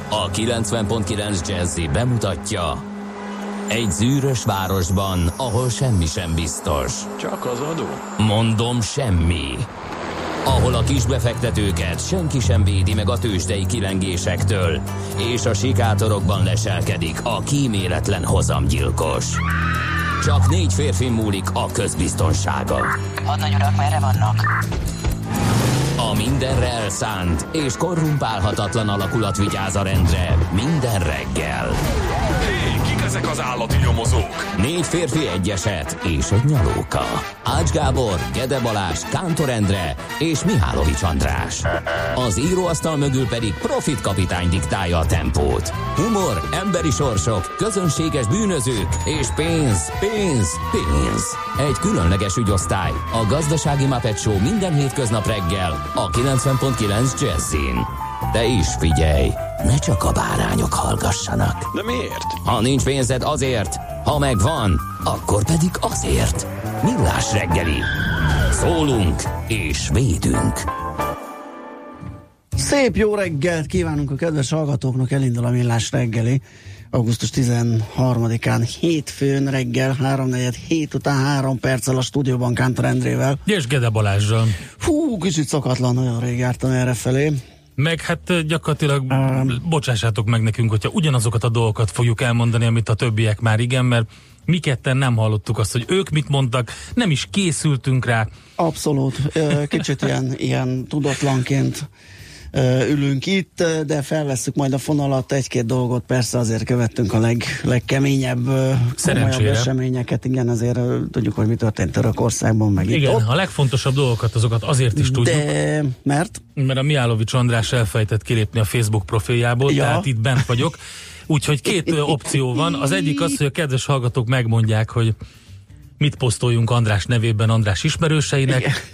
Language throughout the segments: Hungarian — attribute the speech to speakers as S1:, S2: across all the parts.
S1: A 90.9 Jazzy bemutatja: egy zűrös városban, ahol semmi sem biztos.
S2: Csak az adó?
S1: Mondom, semmi. Ahol a kisbefektetőket senki sem védi meg a tőzsdei kilengésektől, és a sikátorokban leselkedik a kíméletlen hozamgyilkos. Csak 4 férfi múlik a közbiztonsága.
S3: Hadnagy urak, merre vannak?
S1: A mindenre elszánt és korrumpálhatatlan alakulat vigyáz a rendre minden reggel.
S2: Hé, kik ezek az állati nyomozók?
S1: 4 férfi, egy eset és egy nyalóka. Ács Gábor, Gede Balázs, Kántor Endre és Mihálovics András. Az íróasztal mögül pedig Profit kapitány diktálja a tempót. Humor, emberi sorsok, közönséges bűnözők és pénz, pénz, pénz. Egy különleges ügyosztály, a Gazdasági Muppet Show minden hétköznap reggel a 90.9 Jazzin. De is figyelj, ne csak a bárányok hallgassanak.
S2: De miért?
S1: Ha nincs pénzed, azért, ha megvan, akkor pedig azért. Millás reggeli. Szólunk és védünk.
S4: Szép jó reggelt kívánunk a kedves hallgatóknak, elindul a Millás reggeli. Augusztus 13-án hétfőn reggel 3:47 után 3 perccel a stúdióban Kántor Endrével.
S5: És Gede Balázsral.
S4: Fú, kicsit szokatlan, nagyon rég jártam errefelé.
S5: Meg hát gyakorlatilag bocsássátok meg nekünk, hogyha ugyanazokat a dolgokat fogjuk elmondani, amit a többiek már igen, mert mi ketten nem hallottuk azt, hogy ők mit mondtak, nem is készültünk rá.
S4: Abszolút, kicsit ilyen tudatlanként ülünk itt, de felvesszük majd a fonalat, 1-2 dolgot persze azért követtünk a legkeményebb, komolyabb eseményeket, igen, azért tudjuk, hogy mi történt Törökországban, meg
S5: igen,
S4: itt ott.
S5: A legfontosabb dolgokat, azokat azért is tudjuk.
S4: De mert
S5: a Mihálovics András elfejtett kilépni a Facebook profiljából, tehát itt bent vagyok. Úgyhogy 2 opció van. Az egyik az, hogy a kedves hallgatók megmondják, hogy mit posztoljunk András nevében András ismerőseinek,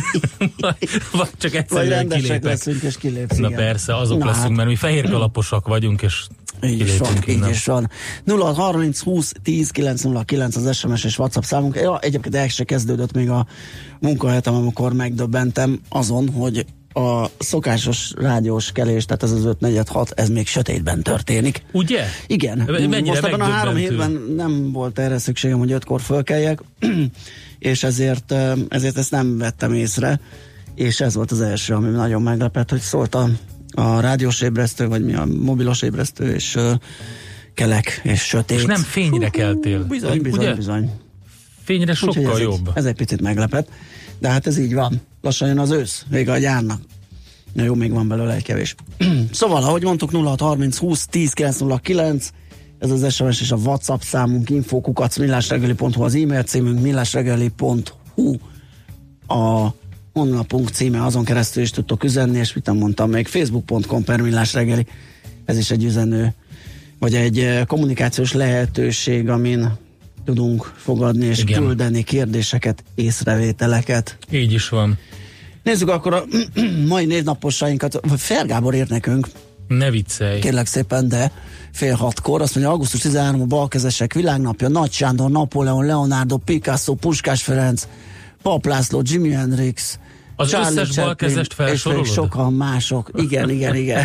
S5: vagy csak egyszerűen kilépek.
S4: Leszünk és kilépsz.
S5: Na persze, azok leszünk, mert mi fehérkalaposak vagyunk, és kilépünk.
S4: Így is van. 0-30 20 10 909 az SMS és WhatsApp számunk. Ja, egyébként el se kezdődött még a munkahetem, amikor megdöbbentem azon, hogy a szokásos rádiós kelés, tehát ez az 5-4-6, ez még sötétben történik.
S5: Ugye?
S4: Igen. Most ebben a 3 hétben nem volt erre szükségem, hogy 5-kor fölkeljek, és ezért ezt nem vettem észre, és ez volt az első, ami nagyon meglepett, hogy szólt a rádiós ébresztő, vagy mi a mobilos ébresztő, és kelek, és sötét. És
S5: nem fényre keltél.
S4: Bizony.
S5: Fényre sokkal jobb.
S4: Ez egy picit meglepett, de hát ez így van. Lassan jön az ősz, vége a gyárnak. Na jó, még van belőle egy kevés. Szóval, ahogy mondtuk, 0630 20 10 909, ez az SMS és a WhatsApp számunk, info@millásreggeli.hu az e-mail címünk, millásreggeli.hu a honlapunk címe, azon keresztül is tudtok üzenni, és mit mondtam még, facebook.com/millásreggeli, ez is egy üzenő, vagy egy kommunikációs lehetőség, amin tudunk fogadni és küldeni kérdéseket, észrevételeket.
S5: Így is van.
S4: Nézzük akkor a mai névnaposainkat. Fer Gábor írt nekünk.
S5: Ne viccelj.
S4: Kérlek szépen, de 5:30, azt mondja, augusztus 13 a balkezesek világnapja, Nagy Sándor, Napóleon, Leonardo, Picasso, Puskás Ferenc, Pap László, Jimi Hendrix,
S5: az
S4: Charlie
S5: összes balkezest felsorolod?
S4: És sokan mások. Igen.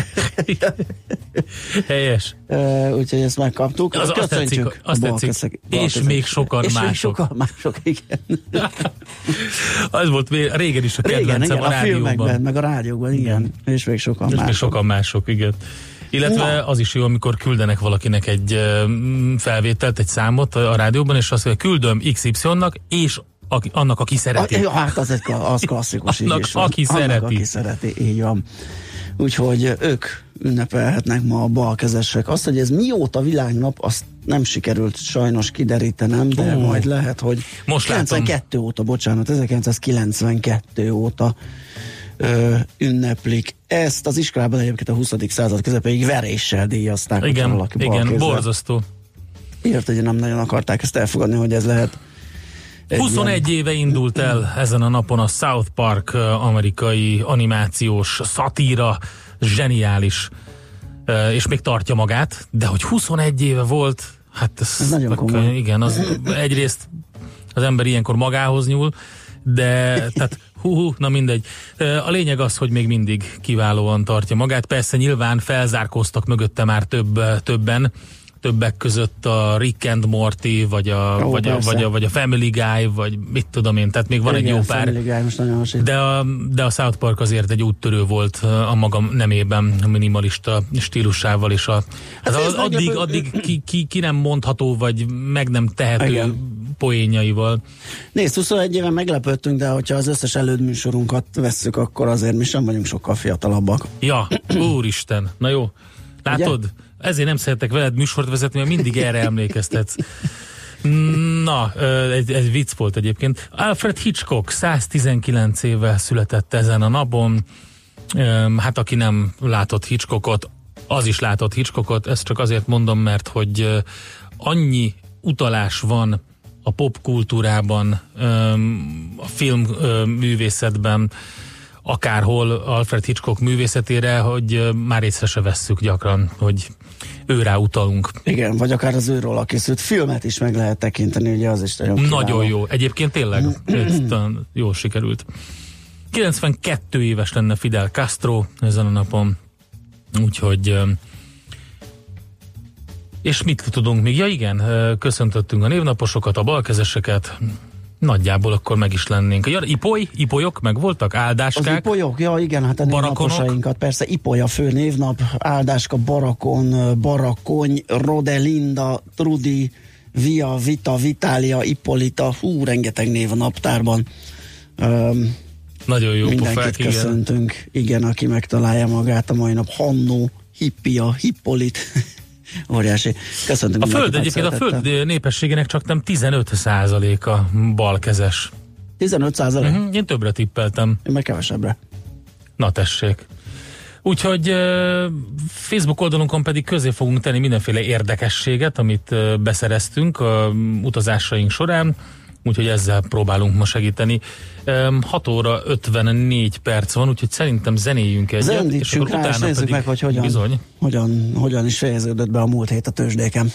S5: Helyes.
S4: Úgyhogy ezt megkaptuk.
S5: Azt tetszik. És még sokan mások.
S4: És még sokan mások, igen.
S5: Az volt régen is a kedvencem a rádióban.
S4: A filmekben, meg a rádióban, igen. És még sokan mások.
S5: Még sokan mások, igen. Illetve az is jó, amikor küldenek valakinek egy felvételt, egy számot a rádióban, és azt mondja, küldöm XY-nak, és annak, aki szereti.
S4: Hát az klasszikus.
S5: Annak, aki
S4: szereti, így van. Úgyhogy ők ünnepelhetnek ma a balkezesek. Azt, hogy ez mióta világnap, azt nem sikerült sajnos kiderítenem, de majd lehet, hogy
S5: most
S4: 92 óta, 1992 óta ünneplik. Ezt az iskolában egyébként a 20. század közepéig veréssel díjazták.
S5: Igen, borzasztó.
S4: Írt, hogy nem nagyon akarták ezt elfogadni, hogy ez lehet.
S5: 21 éve indult el ezen a napon a South Park amerikai animációs szatíra, zseniális, és még tartja magát, de hogy 21 éve volt, hát ez
S4: nagyon komoly.
S5: Igen, az egyrészt az ember ilyenkor magához nyúl, de tehát Na mindegy. A lényeg az, hogy még mindig kiválóan tartja magát. Persze nyilván felzárkóztak mögötte már többen, többek között a Rick and Morty, vagy a Family Guy, vagy mit tudom én, tehát még van egy jó pár. De a South Park azért egy úttörő volt a maga nemében, a minimalista stílusával, és addig ki nem mondható, vagy meg nem tehető poénjaival.
S4: Nézd, 21 éven meglepődtünk, de hogyha az összes elődműsorunkat vesszük, akkor azért mi sem vagyunk sokkal fiatalabbak.
S5: Ja, úristen, na jó. Látod? Ugye? Ezért nem szeretek veled műsort vezetni, mert mindig erre emlékeztetsz. Na, egy vicc volt egyébként. Alfred Hitchcock 119 évvel született ezen a napon. Hát aki nem látott Hitchcockot, az is látott Hitchcockot. Ezt csak azért mondom, mert hogy annyi utalás van a popkultúrában, a filmművészetben, akárhol Alfred Hitchcock művészetére, hogy már észre se vesszük gyakran, hogy őrá utalunk. Igen, vagy akár az őről készült filmet is meg lehet tekinteni, ugye az is nagyon jó. Egyébként tényleg jól sikerült. 92 éves lenne Fidel Castro ezen a napon, úgyhogy és mit tudunk még? Ja igen, köszöntöttünk a névnaposokat, a balkezeseket, nagyjából akkor meg is lennénk. Ja, ipolyok meg voltak, áldáskák.
S4: Az ipolyok, ja igen, hát a névnaposainkat, persze Ipoly a fő névnap, áldáska, barakon, barakony, Rodelinda, Trudi, Via, Vita, Vitália, Ippolita, rengeteg név a naptárban.
S5: Nagyon jó
S4: mindenkit
S5: pofák,
S4: köszöntünk, igen, aki megtalálja magát a mai nap, Hannó, Hippia, Hippolit, óriási. Köszöntünk.
S5: A föld egyébként, a föld népességének csak nem 15%-a balkezes.
S4: 15%?
S5: Én többre tippeltem.
S4: Én meg kevesebbre.
S5: Na tessék. Úgyhogy Facebook oldalunkon pedig közé fogunk tenni mindenféle érdekességet, amit beszereztünk a utazásaink során, úgyhogy ezzel próbálunk ma segíteni. 6 óra 54 perc van, úgyhogy szerintem zenéljünk egyet.
S4: Zendítsünk rá, és nézzük meg, hogy hogyan is fejeződött be a múlt hét a tőzsdéken.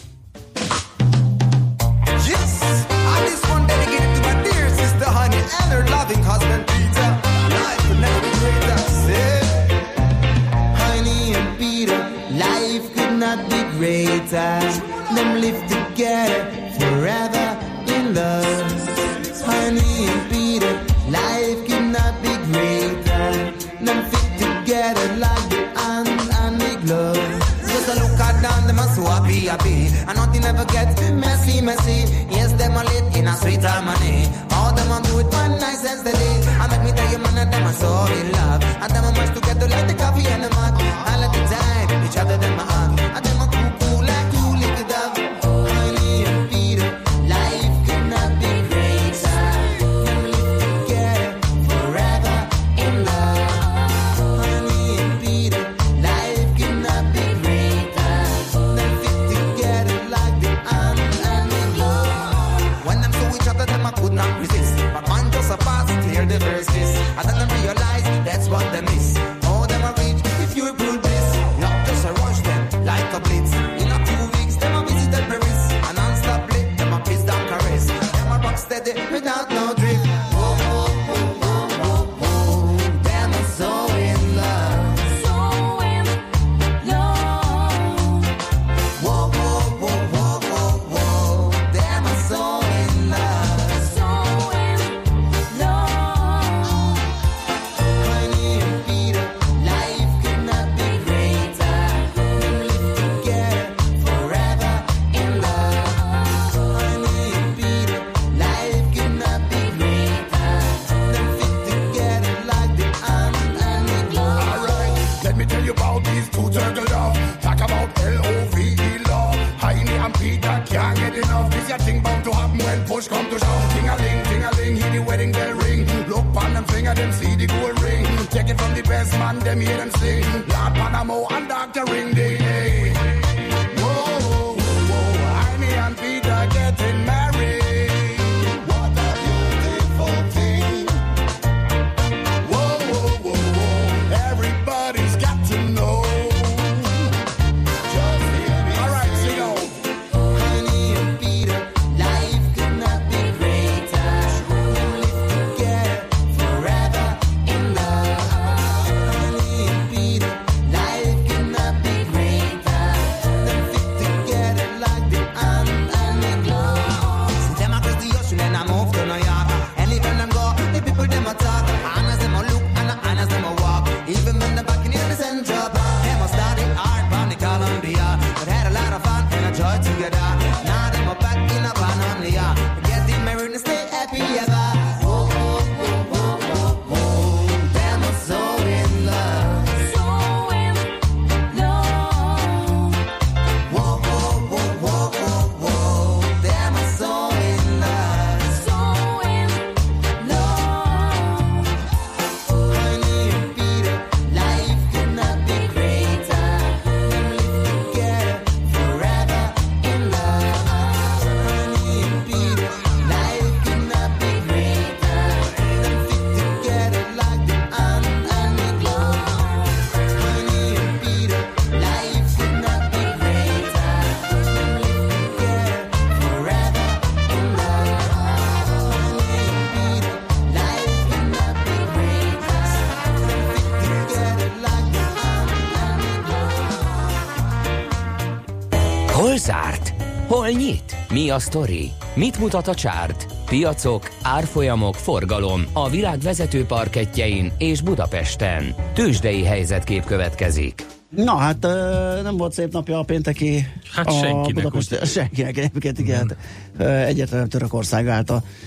S6: Them live together forever in love. Honey and Peter, life cannot be greater. Them fit together like the hand and the glove. Just a look at them, them are so happy. And nothing ever gets messy. Yes, them are lit in a sweet harmony. All them are do it one night since the day. I make me tell you, man, that them are so in love. And them are much together like the coffee and the mug. All of the time, each other them are hug. And them are cool like two little dove. Honey and Peter, life cannot be greater. Them live together forever in love. Honey and Peter, life cannot be greater. Them fit together like the hand and the glove. When them saw each other, them I could not resist. But man just a pass, clear the verses. And then them realize that's what they miss. Oh, them are rich if you prove this. Not just a rush them like a blitz. In a 2 weeks, them a visited Paris. And non-stop lit, them a kiss down caress. Them a rock steady without no drift. Whoa, whoa, whoa, whoa, whoa, whoa. Them are so in love. So in love. Whoa, whoa, whoa, whoa, whoa, whoa. Them are so in love. So in love. Honey and Peter, life cannot be greater. Them live together forever in love. Honey and Peter, life cannot be greater. Them fit together like the hand and the glove.
S2: Alright, let me tell you about these two turtle love. Talk about L-O-V-E love. Heine and Peter can't get enough. This your thing bound to happen when push come to shove. Ting-a-ling, hear the wedding bell ring. Look on them finger, them see the gold ring. Take it from the best man, them hear them sing. Lord Panamo and Dr. Ring Day. Whoa, whoa, whoa, Heine and Peter getting married. What a beautiful thing. Whoa, whoa, whoa, whoa, everybody's got to know. Just hear me. Alright, sing on.
S6: Honey and Peter, life cannot be greater. Them live together forever in the back in the Central Park. Them a study art from the Columbia, but had a lot of fun and a joy together. Now them a back in a Panamia, getting married and stay happy ever.
S1: Hol zárt? Hol nyit? Mi a sztori? Mit mutat a csárt? Piacok, árfolyamok, forgalom a világ vezető parkettjein és Budapesten. Tőzsdei helyzetkép következik.
S4: Na hát nem volt szép napja a pénteki
S5: senkinek.
S4: Senkinek egyébként, igen. Egyetlen Törökország állt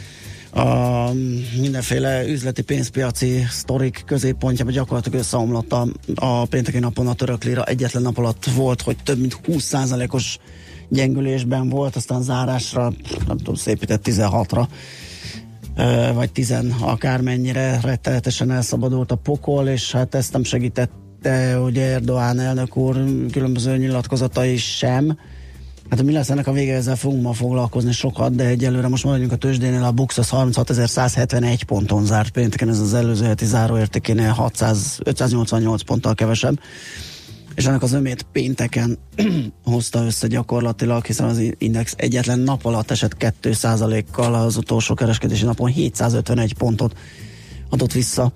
S4: a mindenféle üzleti pénzpiaci sztorik középpontjában, gyakorlatilag összeomlott a pénteki napon a török lira. Egyetlen nap alatt volt, hogy több mint 20%-os gyengülésben volt, aztán zárásra, nem tudom, szépített 16-ra, vagy 10 akármennyire, rettenetesen elszabadult a pokol, és hát ezt nem segítette, hogy Erdoğan elnök úr különböző nyilatkozatai sem. Hát mi lesz ennek a vége, ezzel fogunk ma foglalkozni sokat, de egyelőre most maradjunk a tőzsdénél, a Bux az 36.171 ponton zárt pénteken, ez az előző heti záróértékénél 588 ponttal kevesebb, és ennek az ömét pénteken hozta össze gyakorlatilag, hiszen az index egyetlen nap alatt esett 2%-kal, az utolsó kereskedési napon 751 pontot adott vissza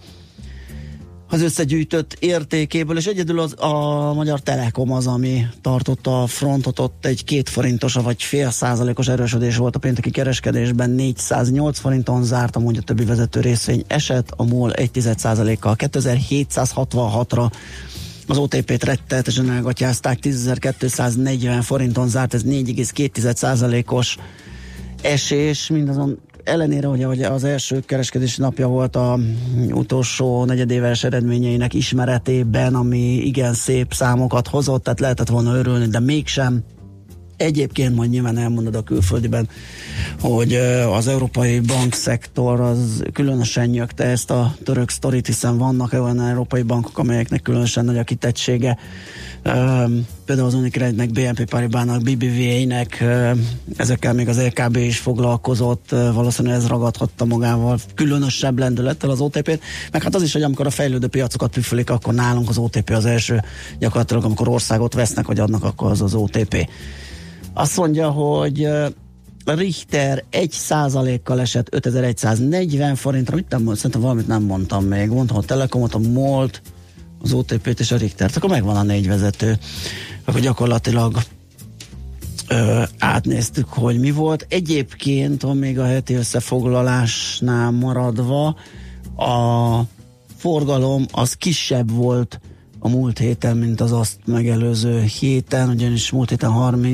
S4: az összegyűjtött értékéből, és egyedül a Magyar Telekom az, ami tartotta a frontot, ott egy 2 forintos, vagy fél százalékos erősödés volt a pénteki kereskedésben, 408 forinton zárt, amúgy a többi vezető részvény esett, a MOL 1,1%-kal 2766-ra, az OTP-t rettenetesen elgatyázták, 10.240 forinton zárt, ez 4,2%-os esés, mindazon ellenére, hogy az első kereskedési napja volt a utolsó negyedéves eredményeinek ismeretében, ami igen szép számokat hozott, tehát lehetett volna örülni, de mégsem. Egyébként majd nyilván elmondod a külföldiben, hogy az európai bankszektor az különösen nyögte ezt a török sztorit, hiszen vannak olyan európai bankok, amelyeknek különösen nagy a kitettsége. Például az Unicreditnek, BNP Paribasnak, BBVA-nek, ezekkel még az LKB is foglalkozott, valószínűleg ez ragadhatta magával különösebb lendülettel az OTP-t, meg hát az is, hogy amikor a fejlődő piacokat püfölik, akkor nálunk az OTP az első, gyakorlatilag amikor országot vesznek, vagy adnak, akkor az OTP. Azt mondja, hogy Richter 1%-kal esett 5140 forintra, mit nem mondtam, szerintem valamit nem mondtam még, mondtam a Telekomot, a MOL-t, az OTP-t és a Richtert, akkor megvan a 4 vezető, akkor gyakorlatilag átnéztük, hogy mi volt. Egyébként, még a heti összefoglalásnál maradva, a forgalom az kisebb volt a múlt héten, mint az azt megelőző héten, ugyanis múlt héten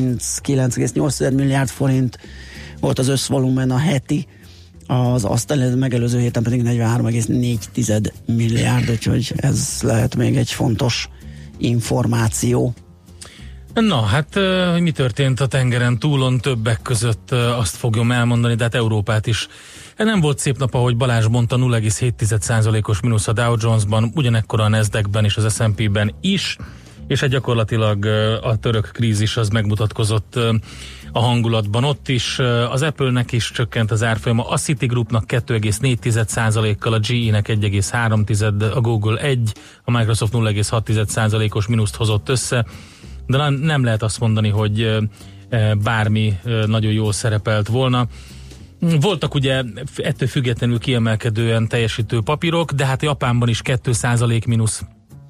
S4: 39,8 milliárd forint volt az összvolumen a heti, az azt megelőző héten pedig 43,4 milliárd, úgyhogy ez lehet még egy fontos információ.
S5: Na, hát hogy mi történt a tengeren túlon, többek között azt fogom elmondani, de hát Európát is. Nem volt szép nap, ahogy Balázs mondta, 0,7%-os mínusz a Dow Jonesban, ugyanekkor a Nasdaqben és az S&P-ben is, és hát gyakorlatilag a török krízis az megmutatkozott a hangulatban ott is. Az Apple-nek is csökkent az árfolyama, a Citigroupnak 2,4%-kal, a GE-nek 1,3%, a Google 1, a Microsoft 0,6%-os mínuszt hozott össze, de nem lehet azt mondani, hogy bármi nagyon jól szerepelt volna. Voltak ugye ettől függetlenül kiemelkedően teljesítő papírok, de hát Japánban is 2% mínusz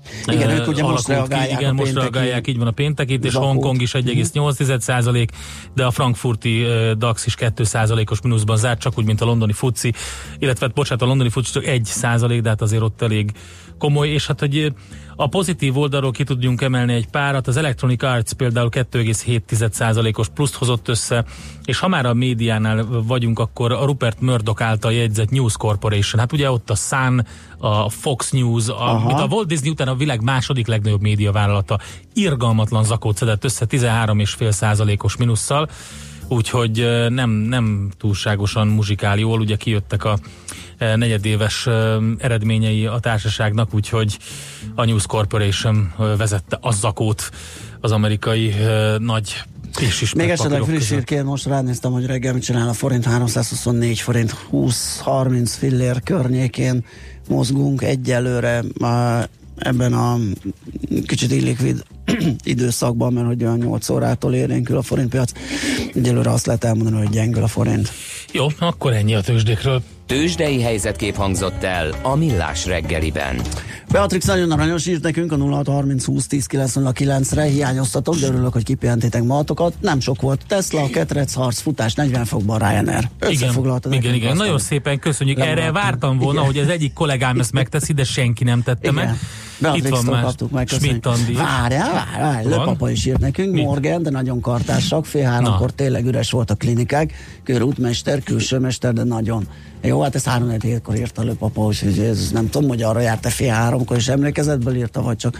S4: Igen, ők ugye most reagálják
S5: igen, most reagálják, így van a péntekit, és Hongkong is 1,8%, de a frankfurti DAX is 2%-os mínuszban zárt, csak úgy, mint a londoni FTSE, illetve, bocsánat, a londoni FTSE csak 1%, de hát azért ott elég komoly, és hát, hogy a pozitív oldalról ki tudjunk emelni egy párat, az Electronic Arts például 2,7%-os pluszt hozott össze, és ha már a médiánál vagyunk, akkor a Rupert Murdoch által jegyzett News Corporation, hát ugye ott a Sun, a Fox News, mint a Walt Disney után a világ második legnagyobb médiavállalata, irgalmatlan zakót szedett össze 13,5%-os mínusszal, úgyhogy nem túlságosan muzsikál jól, ugye kijöttek a negyedéves eredményei a társaságnak, úgyhogy a News Corporation vezette a zakót az amerikai nagy és is.
S4: Még esetleg friss hírként most ránéztem, hogy reggel mit csinál a forint, 324 forint 20-30 fillér környékén mozgunk egyelőre ebben a kicsit illikvid időszakban, mert hogy olyan 8 órától élénkül a forintpiac. Egyelőre azt lehet elmondani, hogy gyengül a forint.
S5: Jó, akkor ennyi a tőzsdékről.
S1: Tőzsdei helyzetkép hangzott el a Millás reggeliben.
S4: Beatrix nagyon aranyos írt nekünk a 0630-20-10-909-re, hiányoztatok, de örülök, hogy kipihentétek magatokat. Nem sok volt. Tesla, Ketrec, harc, futás, 40 fokban Ryanair.
S5: Igen. Nagyon szépen köszönjük. Erre vártam volna, hogy az egyik kollégám ezt megteszi, de senki nem tette meg. Itt van már Schmidt Andi.
S4: Várjál, Löpapa is írt nekünk, Morgan, de nagyon kartársak, fél 3-kor tényleg üres volt a klinikák, körútmester, külsőmester, de nagyon. Jó, hát ezt 3-4-kor írta Löpapa, hogy ez nem tudom, hogy arra járt-e fél 3-kor, és emlékezetből írta, vagy csak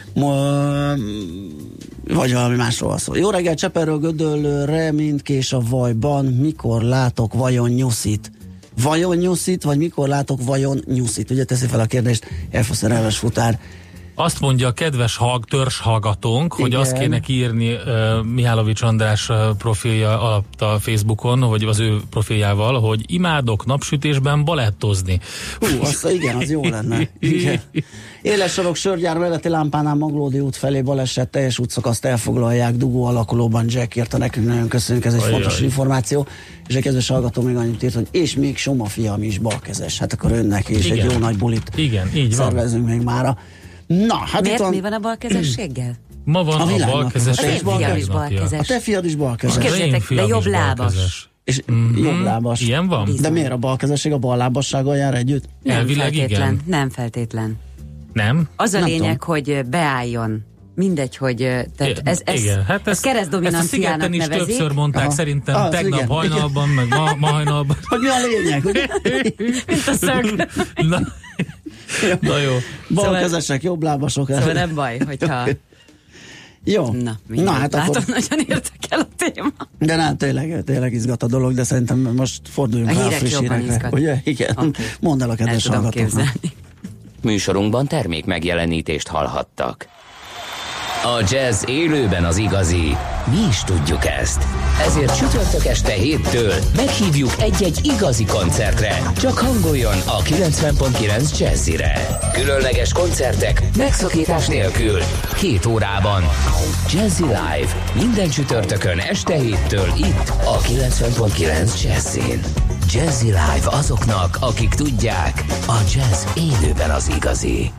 S4: vagy valami másról van szó. Jó reggel, Cseperről Gödöllőre, mindkés a Vajban, mikor látok vajon nyuszit? Vajon nyuszit, vagy mikor látok vajon nyuszit? Ugye teszi fel a kérdést elfoszerelves futár.
S5: Azt mondja a kedves törzshallgatónk, hogy azt kéne kiírni Mihálovics András profilja alatt a Facebookon, vagy az ő profiljával, hogy imádok napsütésben balettozni.
S4: Igen, az jó lenne. Igen. Éles sorok Sörgyár melletti lámpánál Maglódi út felé baleset, teljes útszakaszt elfoglalják, dugó alakulóban. Jack írta nekünk, nagyon köszönjük, ez egy fontos információ. És egy kedves hallgató még annyit írt, hogy és még Soma fiam is balkezes. Hát akkor önnek is egy jó nagy bulit szervezünk még mára. Na, hát
S7: miért mi van a balkezességgel?
S5: Ma van a balkezes.
S7: Az én fiam is balkezes.
S4: A te fiad is balkezes.
S7: Képzeljétek, de jobb lábas.
S4: És jobb lábas.
S5: Ilyen van?
S4: De miért a balkezesség a bal lábassággal jár együtt?
S7: Nem feltétlen.
S5: Nem?
S7: Az a lényeg, hogy beálljon. Mindegy, hogy ez keresztdominanciának nevezik.
S5: Is többször mondták, szerintem tegnap hajnalban, meg ma hajnalban.
S4: Hogy mi a lényeg?
S7: Mint a szög.
S5: Na jó.
S4: Balkezesek, jobb lábasok.
S7: Szóval nem baj, hogyha...
S4: Jó.
S7: Na hát látom, akkor... nagyon érdekel a téma.
S4: De nem, tényleg izgat a dolog, de szerintem most forduljunk rá a friss hírekre. Ugye? Igen. Okay. Mondd el a kedves hallgatóknak.
S1: Műsorunkban termék megjelenítést hallhattak. A jazz élőben az igazi. Mi is tudjuk ezt. Ezért csütörtök este 7-től meghívjuk egy-egy igazi koncertre. Csak hangoljon a 90.9 Jazzire. Különleges koncertek megszakítás nélkül. 2 órában. Jazzy Live. Minden csütörtökön este 7-től itt a 90.9 Jazzin. Jazzy Live azoknak, akik tudják, a jazz élőben az igazi.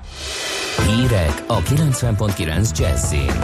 S1: Hírek a 90.9 Jazzin.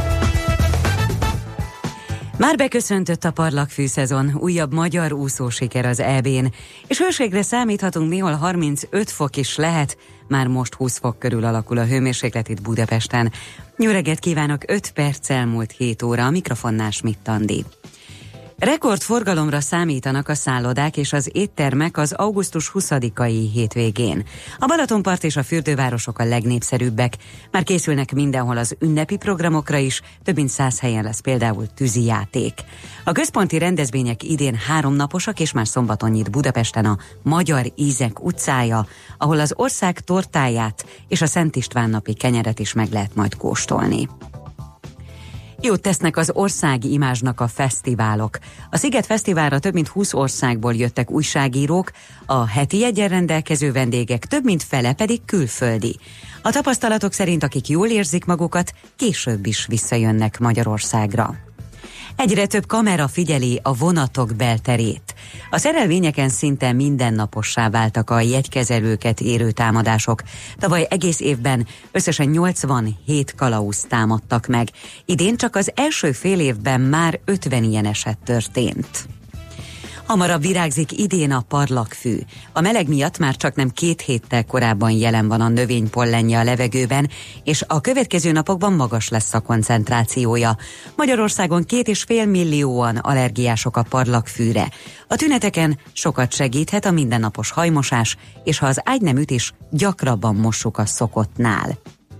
S7: Már beköszöntött a parlagfű szezon, újabb magyar úszósiker az EB-n, és hőségre számíthatunk, néhol 35 fok is lehet, már most 20 fok körül alakul a hőmérséklet itt Budapesten. Jó reggelt kívánok, 5 perc elmúlt 7 óra, a mikrofonnál Schmidt Andi. Rekordforgalomra számítanak a szállodák és az éttermek az augusztus 20-ai hétvégén. A Balatonpart és a fürdővárosok a legnépszerűbbek. Már készülnek mindenhol az ünnepi programokra is, több mint 100 helyen lesz például tűzijáték. A központi rendezvények idén 3 naposak, és már szombaton nyit Budapesten a Magyar Ízek utcája, ahol az ország tortáját és a Szent István napi kenyeret is meg lehet majd kóstolni. Jót tesznek az országi imázsnak a fesztiválok. A Sziget Fesztiválra több mint 20 országból jöttek újságírók, a heti jegyen rendelkező vendégek több mint fele pedig külföldi. A tapasztalatok szerint, akik jól érzik magukat, később is visszajönnek Magyarországra. Egyre több kamera figyeli a vonatok belterét. A szerelvényeken szinte mindennapossá váltak a jegykezelőket érő támadások. Tavaly egész évben összesen 87 kalauz támadtak meg. Idén csak az első fél évben már 50 ilyen eset történt. Hamarabb virágzik idén a parlagfű. A meleg miatt már csaknem 2 héttel korábban jelen van a növény pollenje a levegőben, és a következő napokban magas lesz a koncentrációja. Magyarországon 2,5 millióan allergiások a parlagfűre. A tüneteken sokat segíthet a mindennapos hajmosás, és ha az ágy nem üt is, gyakrabban mossuk a szokottnál.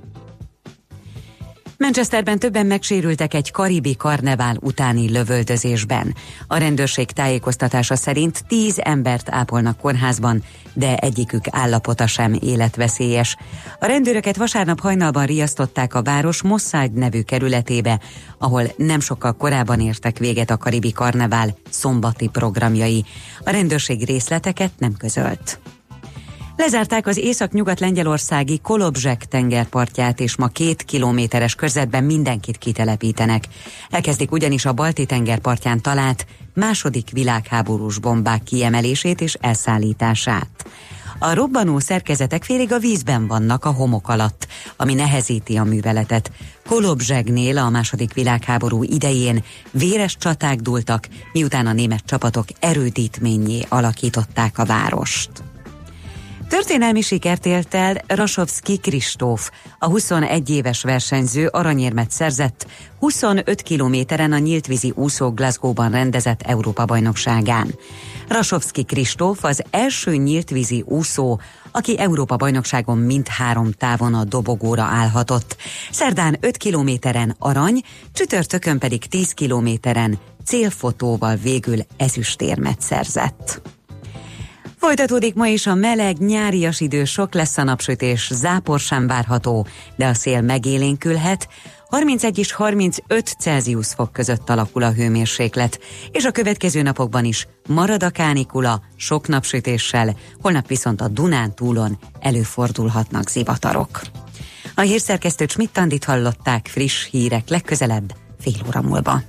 S7: Manchesterben többen megsérültek egy karibi karnevál utáni lövöldözésben. A rendőrség tájékoztatása szerint 10 embert ápolnak kórházban, de egyikük állapota sem életveszélyes. A rendőröket vasárnap hajnalban riasztották a város Mossad nevű kerületébe, ahol nem sokkal korábban értek véget a karibi karnevál szombati programjai. A rendőrség részleteket nem közölt. Lezárták az észak-nyugat-lengyelországi Kolobzsek tengerpartját, és ma 2 kilométeres körzetben mindenkit kitelepítenek. Elkezdik ugyanis a Balti tengerpartján talált második világháborús bombák kiemelését és elszállítását. A robbanó szerkezetek félig a vízben vannak a homok alatt, ami nehezíti a műveletet. Kolobzsegnél a második világháború idején véres csaták dúltak, miután a német csapatok erődítménnyé alakították a várost. Történelmi sikert ért el Rasovszky Kristóf. A 21 éves versenyző aranyérmet szerzett 25 kilométeren a nyíltvízi úszók Glasgow-ban rendezett Európa-bajnokságán. Rasovszky Kristóf az első nyíltvízi úszó, aki Európa-bajnokságon mindhárom távon a dobogóra állhatott. Szerdán 5 kilométeren arany, csütörtökön pedig 10 kilométeren célfotóval végül ezüstérmet szerzett. Folytatódik ma is a meleg, nyárias idő, sok lesz a napsütés, zápor sem várható, de a szél megélénkülhet, 31 és 35 Celsius fok között alakul a hőmérséklet, és a következő napokban is marad a kánikula, sok napsütéssel, holnap viszont a Dunántúlon előfordulhatnak zivatarok. A hírszerkesztőt Schmidt-Andit hallották, friss hírek legközelebb fél óra múlva.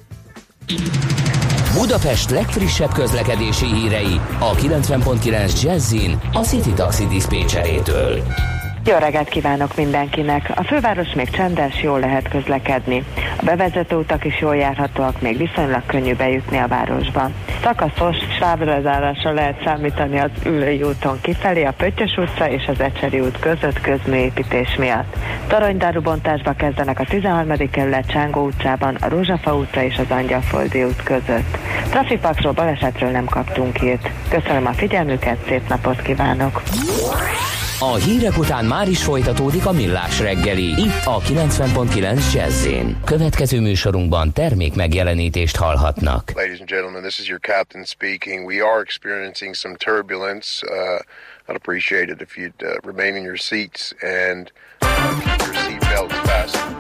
S1: Budapest legfrissebb közlekedési hírei a 90.9 Jazzin a City Taxi diszpécserétől.
S8: Jó reggelt kívánok mindenkinek! A főváros még csendes, jól lehet közlekedni. A bevezető utak is jól járhatóak, még viszonylag könnyű bejutni a városba. Szakaszos sávlezárásra lehet számítani az Üllői úton kifelé, a Pöttyös utca és az Ecseri út között közműépítés miatt. Toronydárubontásba kezdenek a 13. kerület Csángó utcában, a Rózsafa utca és az Angyalföldi út között. Trafikpakról, balesetről nem kaptunk hírt. Köszönöm a figyelmüket, szép napot kívánok!
S1: A hírek után már is folytatódik a Millás reggeli, itt a 90.9 Jazz-in. Következő műsorunkban termék megjelenítést hallhatnak.
S9: Ladies and gentlemen, this is your captain speaking. We are experiencing some turbulence. I'd appreciate it if you'd remain in your seats and keep your seat belts fastened.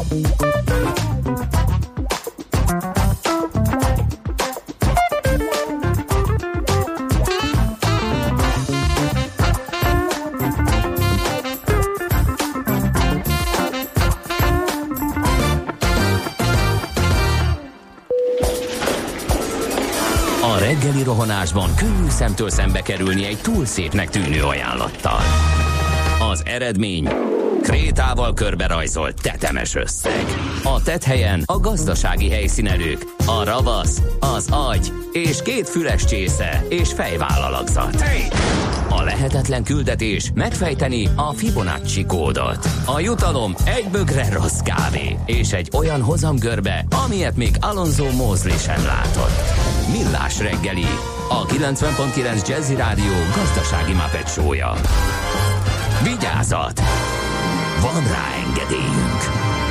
S1: A reggeli rohanásban könnyű szemtől szembe kerülni egy túl szépnek tűnő ajánlattal. Az eredmény krétával körberajzolt tetemes összeg. A tetthelyen a gazdasági helyszínelők, a ravasz, az agy és 2 füles csésze és fejvállalakzat. A lehetetlen küldetés megfejteni a Fibonacci kódot. A jutalom egy bögre rossz kávé és egy olyan hozamgörbe, amilyet még Alonso Mosley sem látott. Millás reggeli, a 90.9 Jazzy Rádió gazdasági Muppet show-ja. Vigyázat! Van rá engedélyünk!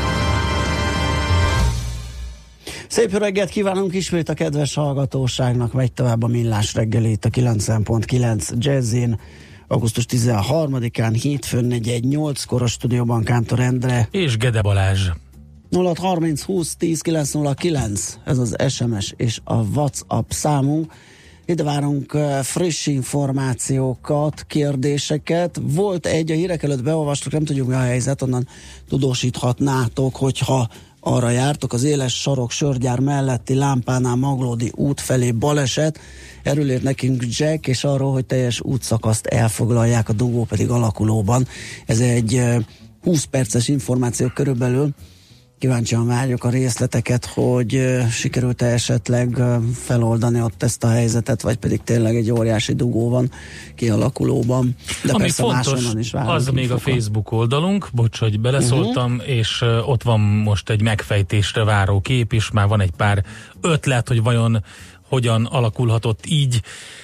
S4: Szép jó reggelt kívánunk ismét a kedves hallgatóságnak, megy tovább a Millás reggelét a 90.9 Jazzin. Augusztus 13-án, hétfőn 418-kor a stúdióban Kántor Endre
S5: és Gede Balázs.
S4: 0630 20 10 909, ez az SMS és a WhatsApp számunk. Ide várunk friss információkat, kérdéseket. Volt egy, a hírek előtt beolvastuk, nem tudjuk mi a helyzet, onnan tudósíthatnátok, hogyha arra jártok, az éles sarok sörgyár melletti Lámpánál Maglódi út felé baleset. Erről írt nekünk Jack, és arról, hogy teljes útszakaszt elfoglalják, a dugó pedig alakulóban. Ez egy 20 perces információ körülbelül. Kíváncsian várjuk a részleteket, hogy sikerült-e esetleg feloldani ott ezt a helyzetet, vagy pedig tényleg egy óriási dugó van kialakulóban. De
S5: ami
S4: persze
S5: fontos, az még a Facebook oldalunk, bocs, hogy beleszóltam, és ott van most egy megfejtésre váró kép is, már van egy pár ötlet, hogy vajon hogyan alakulhatott így.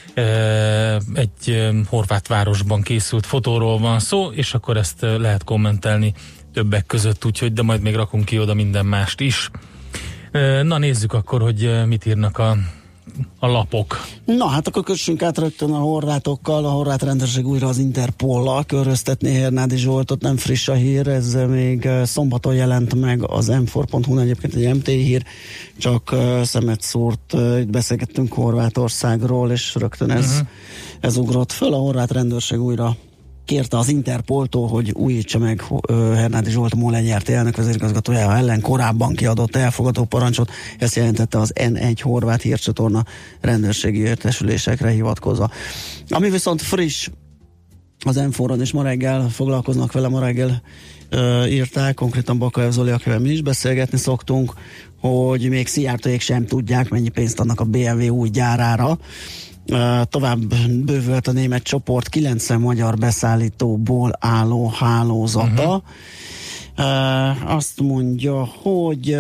S5: Egy horvát városban készült fotóról van szó, és akkor ezt lehet kommentelni többek között, úgyhogy, de majd még rakunk ki oda minden mást is. Na nézzük akkor, hogy mit írnak a lapok.
S4: Na hát akkor kössünk át rögtön a horvátokkal. A horvát rendőrség újra az Interpollal köröztetné Hernádi Zsoltot, nem friss a hír, ez még szombaton jelent meg az m4.hu-n, egyébként egy MT hír, csak szemet szúrt, itt beszélgettünk Horvátországról, és rögtön ez ugrott föl. A horvát rendőrség újra kérte az Interpoltól, hogy újítsa meg Hernádi Zsolt MOL nyert elnök vezérigazgatója ellen korábban kiadott elfogadó parancsot. Ezt jelentette az N1 horvát hírcsatorna rendőrségi értesülésekre hivatkozva. Ami viszont friss, az M4-on és ma reggel foglalkoznak vele, ma reggel írták, konkrétan Bakaev Zoli, akivel mi is beszélgetni szoktunk, hogy még Szijjártóék sem tudják, mennyi pénzt adnak a BMW új gyárára. Tovább bővült a német csoport 90 magyar beszállítóból álló hálózata. Azt mondja, hogy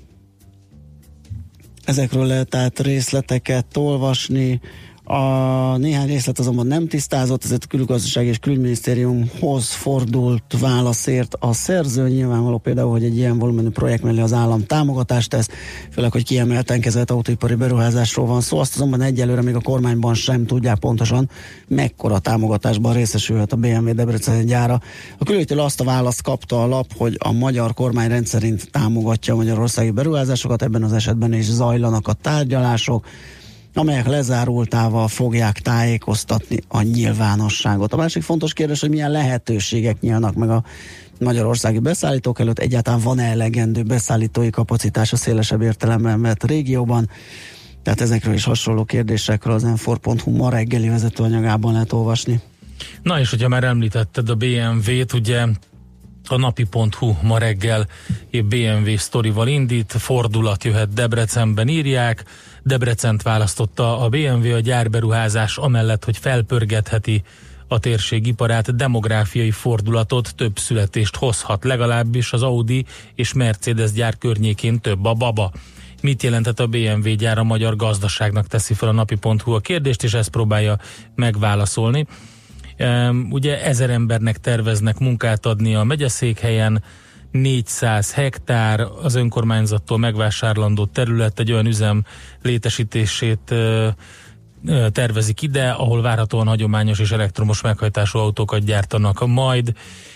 S4: ezekről lehet tehát részleteket olvasni. A néhány részlet azonban nem tisztázott, ezért a Külgazdasági és Külügyminisztériumhoz fordult válaszért a szerző. Nyilvánvaló például, hogy egy ilyen volumenű projekt mellé az állam támogatást tesz, főleg, hogy kiemelten kezelt autóipari beruházásról van szó. Azt azonban egyelőre még a kormányban sem tudják pontosan, mekkora támogatásban részesülhet a BMW Debrecen gyára. A külügytől azt a választ kapta a lap, hogy a magyar kormány rendszerint támogatja a magyarországi beruházásokat, ebben az esetben is zajlanak a tárgyalások, amelyek lezárultával fogják tájékoztatni a nyilvánosságot. A másik fontos kérdés, hogy milyen lehetőségek nyílnak meg a magyarországi beszállítók előtt, egyáltalán van-e elegendő beszállítói kapacitás a szélesebb értelemben vett régióban. Tehát ezekről is hasonló kérdésekről az m4.hu ma reggeli vezetőanyagában lehet olvasni.
S5: Na és hogyha már említetted a BMW-t, ugye a napi.hu ma reggel BMW sztorival indít, fordulat jöhet Debrecenben, írják. Debrecent választotta a BMW a gyárberuházás amellett, hogy felpörgetheti a térség iparát, demográfiai fordulatot, több születést hozhat, legalábbis az Audi és Mercedes gyár környékén több a baba. Mit jelentett a BMW gyár a magyar gazdaságnak, teszi fel a napi.hu a kérdést, és ezt próbálja megválaszolni. Ugye 1000 embernek terveznek munkát adni a megyeszékhelyen, 400 hektár az önkormányzattól megvásárlandó terület, egy olyan üzem létesítését tervezik ide, ahol várhatóan hagyományos és elektromos meghajtású autókat gyártanak majd,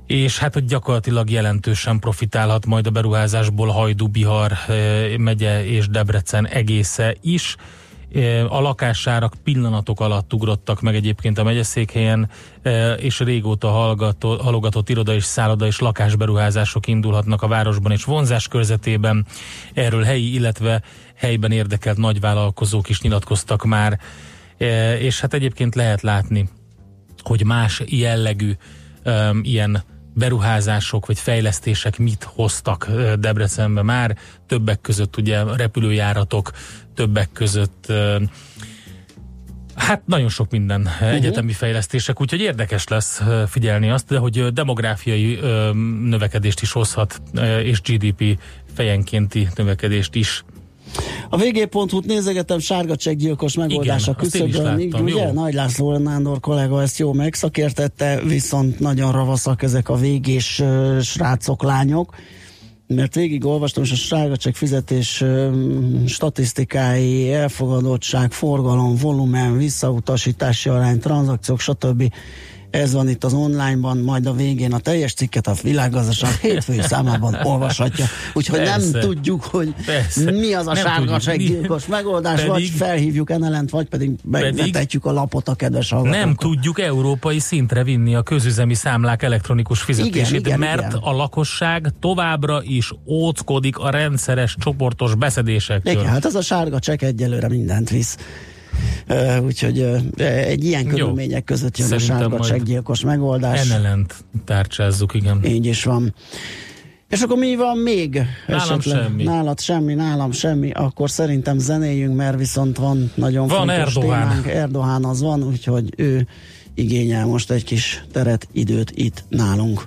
S5: és hát hogy gyakorlatilag jelentősen profitálhat majd a beruházásból Hajdú-Bihar megye és Debrecen egésze is. A lakásárak pillanatok alatt ugrottak meg egyébként a megyeszékhelyen, és régóta halogatott iroda és szálloda és lakásberuházások indulhatnak a városban és vonzás körzetében. Erről helyi, illetve helyben érdekelt nagyvállalkozók is nyilatkoztak már, és hát egyébként lehet látni, hogy más jellegű ilyen beruházások vagy fejlesztések mit hoztak Debrecenbe már, többek között ugye repülőjáratok, többek között hát nagyon sok minden egyetemi fejlesztések, úgyhogy érdekes lesz figyelni azt, de hogy demográfiai növekedést is hozhat, és GDP fejenkénti növekedést is.
S4: A VG.hu-t nézegetem, sárga csekkgyilkos megoldása küszöbölni, ugye? Nagy László Nándor kollega ezt jól megszakértette, viszont nagyon ravaszak ezek a végés srácok, lányok, mert végig olvastam, és a sárga csekk fizetés statisztikái, elfogadottság, forgalom, volumen, visszautasítási arány, tranzakciók, stb. Ez van itt az online-ban, majd a végén a teljes cikket a Világgazdaság hétfői számában olvashatja. Úgyhogy nem tudjuk, hogy mi az a sárga csekkgyilkos megoldás, vagy felhívjuk Enelent, vagy pedig megvetetjük a lapot a kedves hallgatókkal.
S5: Nem tudjuk európai szintre vinni a közüzemi számlák elektronikus fizetését, igen, mert a lakosság továbbra is óckodik a rendszeres csoportos beszedésektől.
S4: Igen, hát ez a sárga csekk egyelőre mindent visz. Úgyhogy egy ilyen körülmények között jön szerintem a sárga csekkgyilkos megoldás.
S5: Enelent tárcsázzuk, igen.
S4: Így is van. És akkor mi van még?
S5: Nálam semmi.
S4: Nálad semmi, nálam semmi. Akkor szerintem zenéljünk, mert viszont van nagyon fontos
S5: Erdoğan
S4: témánk. Erdoğan az van, úgyhogy ő igényel most egy kis teret, időt itt nálunk.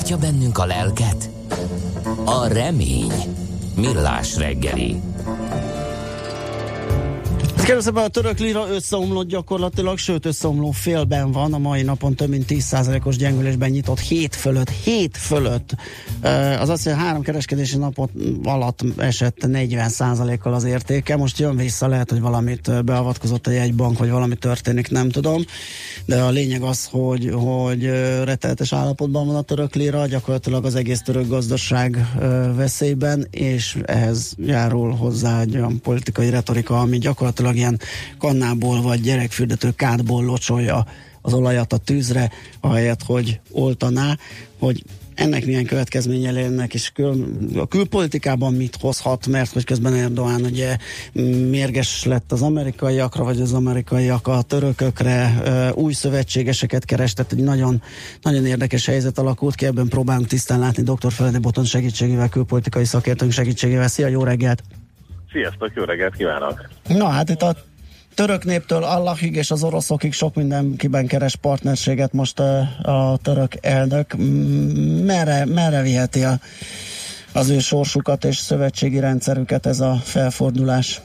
S1: tartja bennünk a lelket? A remény. Millás reggeli.
S4: Kérdezőben a török lira összeomlott gyakorlatilag, sőt összeomló félben van, a mai napon több mint 10%-os gyengülésben nyitott 7 fölött. Az azt mondja, 3 kereskedési napot alatt esett 40%-kal az értéke, most jön vissza, lehet, hogy valamit beavatkozott a jegybank, vagy valami történik, nem tudom, de a lényeg az, hogy rettenetes állapotban van a török lira, gyakorlatilag az egész török gazdaság veszélyben, és ehhez járul hozzá egy olyan politikai retorika, ami gyakorlatilag ilyen kannából vagy gyerekfürdető kádból locsolja az olajat a tűzre, ahelyett, hogy oltaná, hogy ennek milyen következménye lennek, és a külpolitikában mit hozhat, mert hogy közben Erdoğan ugye mérges lett az amerikaiakra, vagy az amerikaiak a törökökre, új szövetségeseket keresett, egy nagyon, nagyon érdekes helyzet alakult ki, ebben próbálunk tisztán látni dr. Feledi Botond segítségével, külpolitikai szakértőnk segítségével. Szia, jó reggelt!
S10: Sziasztok, jó reggelt kívánok!
S4: Na hát itt a török néptől Allahig és az oroszokig sok mindenkiben keres partnerséget most a török elnök. Merre viheti az ő sorsukat és szövetségi rendszerüket ez a felfordulás?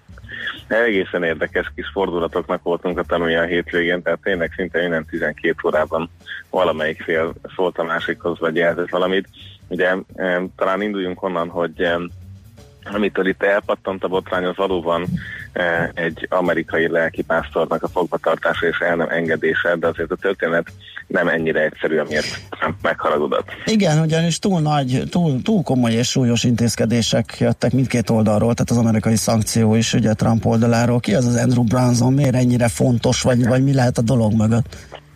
S10: Egészen érdekes kis fordulatoknak voltunk a tanulni a hétvégén, tehát tényleg szinte minden 12 órában valamelyik fél szólt a másikhoz, vagy jelzett valamit. Ugye talán induljunk onnan, hogy amitől itt elpattant a botrány, az valóban egy amerikai lelkipásztornak a fogvatartása és el nem engedése, de azért a történet nem ennyire egyszerű, amiért megharagudott.
S4: Igen, ugyanis túl komoly és súlyos intézkedések jöttek mindkét oldalról, tehát az amerikai szankció is ugye Trump oldaláról. Ki az Andrew Branson, miért ennyire fontos, vagy mi lehet a dolog mögött?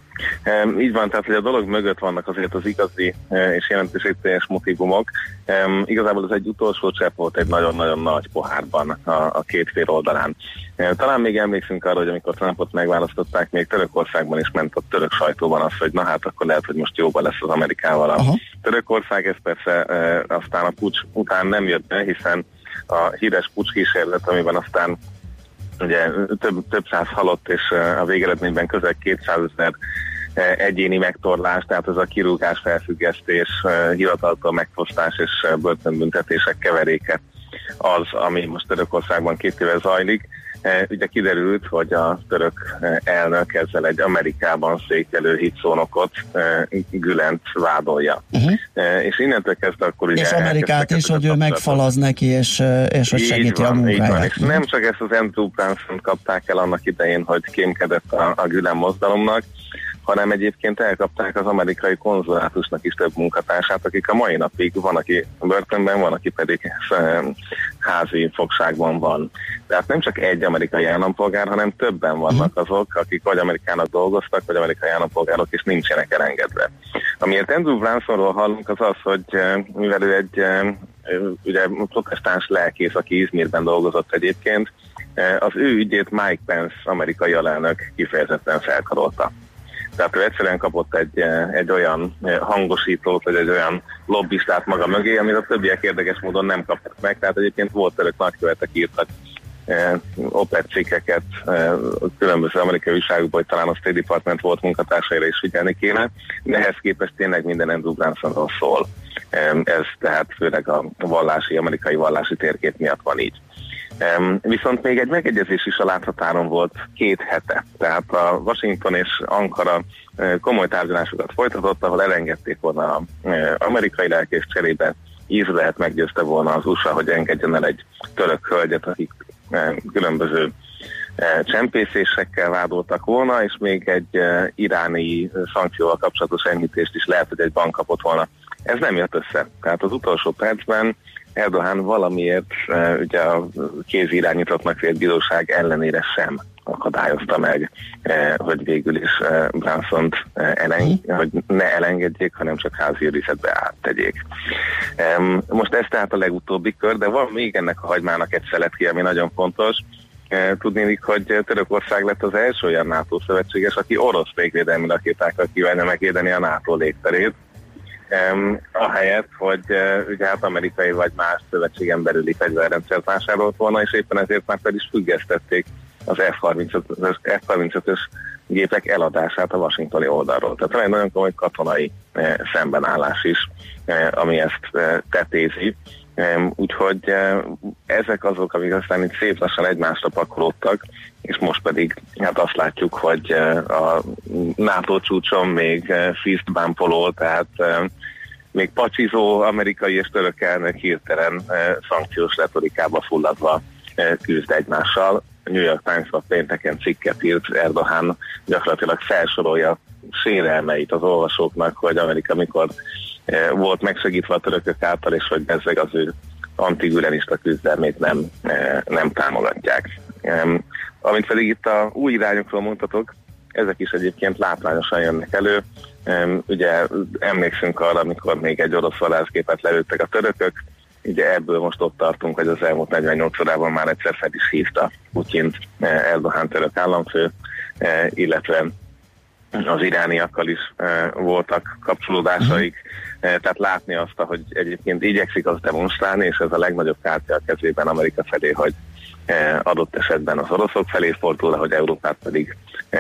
S10: Így van, tehát hogy a dolog mögött vannak azért az igazi és jelentőségteljes motívumok. Igazából ez egy utolsó csepp volt egy nagyon-nagyon nagy pohárban a két fél oldalán. Talán még emlékszünk arra, hogy amikor Trumpot megválasztották, még Törökországban is ment a török sajtóban az, hogy na hát akkor lehet, hogy most jóban lesz az Amerikával a Törökország. Ez persze aztán a puccs után nem jött be, hiszen a híres puccs kísérlet, amiben aztán ugye több száz halott, és a végeredményben közel 200 000 egyéni megtorlás, tehát ez a kirúgás, felfüggesztés, hivataltól megfosztás és börtönbüntetések keveréke az, ami most Törökországban 2 éve zajlik. Ugye kiderült, hogy a török elnök ezzel egy Amerikában székelő hitszónokot, Gülent vádolja. És innentől kezdve akkor ugye...
S4: És Amerikát is, hogy ő megfalaz neki, és hogy segíti a munkáját.
S10: És nem csak ezt az Andrew Branson kapták el annak idején, hogy kémkedett a Gülen mozgalomnak, hanem egyébként elkapták az amerikai konzulátusnak is több munkatársát, akik a mai napig, van, aki börtönben, van, aki pedig házi fogságban van. Tehát nem csak egy amerikai állampolgár, hanem többen vannak azok, akik vagy Amerikának dolgoztak, vagy amerikai állampolgárok, és nincsenek elengedve. Amiért Andrew Bransonról hallunk, az az, hogy mivel ő egy ugye protestáns lelkész, aki Izmirben dolgozott egyébként, az ő ügyét Mike Pence amerikai alelnök kifejezetten felkarolta. Tehát ő egyszerűen kapott egy olyan hangosítót, vagy egy olyan lobbistát maga mögé, amit a többiek érdekes módon nem kaptak meg. Tehát egyébként volt török nagykövetek írtak op-ed cikkeket különböző amerikai újságokból, hogy talán a State Department volt munkatársaira is figyelni kéne, de ehhez képest tényleg minden Andrew Bransonról szól. Ez tehát főleg a amerikai vallási térkép miatt van így. Viszont még egy megegyezés is a láthatáron volt 2 hete, tehát a Washington és Ankara komoly tárgyalásokat folytatott, ahol elengedték volna az amerikai lelkész cserébe, Izraelt meggyőzte volna az USA, hogy engedjen el egy török hölgyet, akik különböző csempészésekkel vádoltak volna, és még egy iráni szankcióval kapcsolatos enyhítést is lehet, hogy egy bank kapott volna. Ez nem jött össze. Tehát az utolsó percben Erdoğan valamiért ugye a kézirányítottnak vélt bíróság ellenére sem akadályozta meg, hogy végül is Bransont hogy ne elengedjék, hanem csak házi őrizetbe áttegyék. Most ez tehát a legutóbbi kör, de van még ennek a hagymának egy szeletki, ami nagyon fontos. Tudnélik, hogy Törökország lett az első olyan NATO szövetséges, aki orosz légvédelmi rakétákkal kívánja megvédeni a NATO légterét, ahelyett, hogy ugye hát amerikai vagy más szövetségen belüli fegyverrendszert vásárolt volna, és éppen ezért már fel is függesztették Izrael az F-35-ös gépek eladását a washingtoni oldalról. Tehát van egy nagyon komoly katonai szembenállás is, ami ezt tetézi. Úgyhogy ezek azok, amik aztán itt szép lassan egymásra pakolódtak, és most pedig hát azt látjuk, hogy a NATO csúcson még fistbumpoló, tehát még pacsizó amerikai és török elnök hirtelen szankciós retorikába fulladva küzd egymással. A New York Times-ban pénteken cikket írt, Erdogan gyakorlatilag felsorolja sérelmeit az olvasóknak, hogy Amerika mikor volt megsegítve a törökök által, és hogy ezek az ő antigülenista küzdelmét nem támogatják. Amit pedig itt a új irányokról mondhatok, ezek is egyébként látványosan jönnek elő. Ugye emlékszünk arra, amikor még egy orosz vadászgépet lelőttek a törökök, ugye ebből most ott tartunk, hogy az elmúlt 48 órában már egyszer fel is hívta Putyint Erdogan török államfő, illetve az irániakkal is voltak kapcsolódásaik, tehát látni azt, hogy egyébként igyekszik azt demonstrálni, és ez a legnagyobb kártya a kezében Amerika felé, hogy adott esetben az oroszok felé fordul, hogy Európát pedig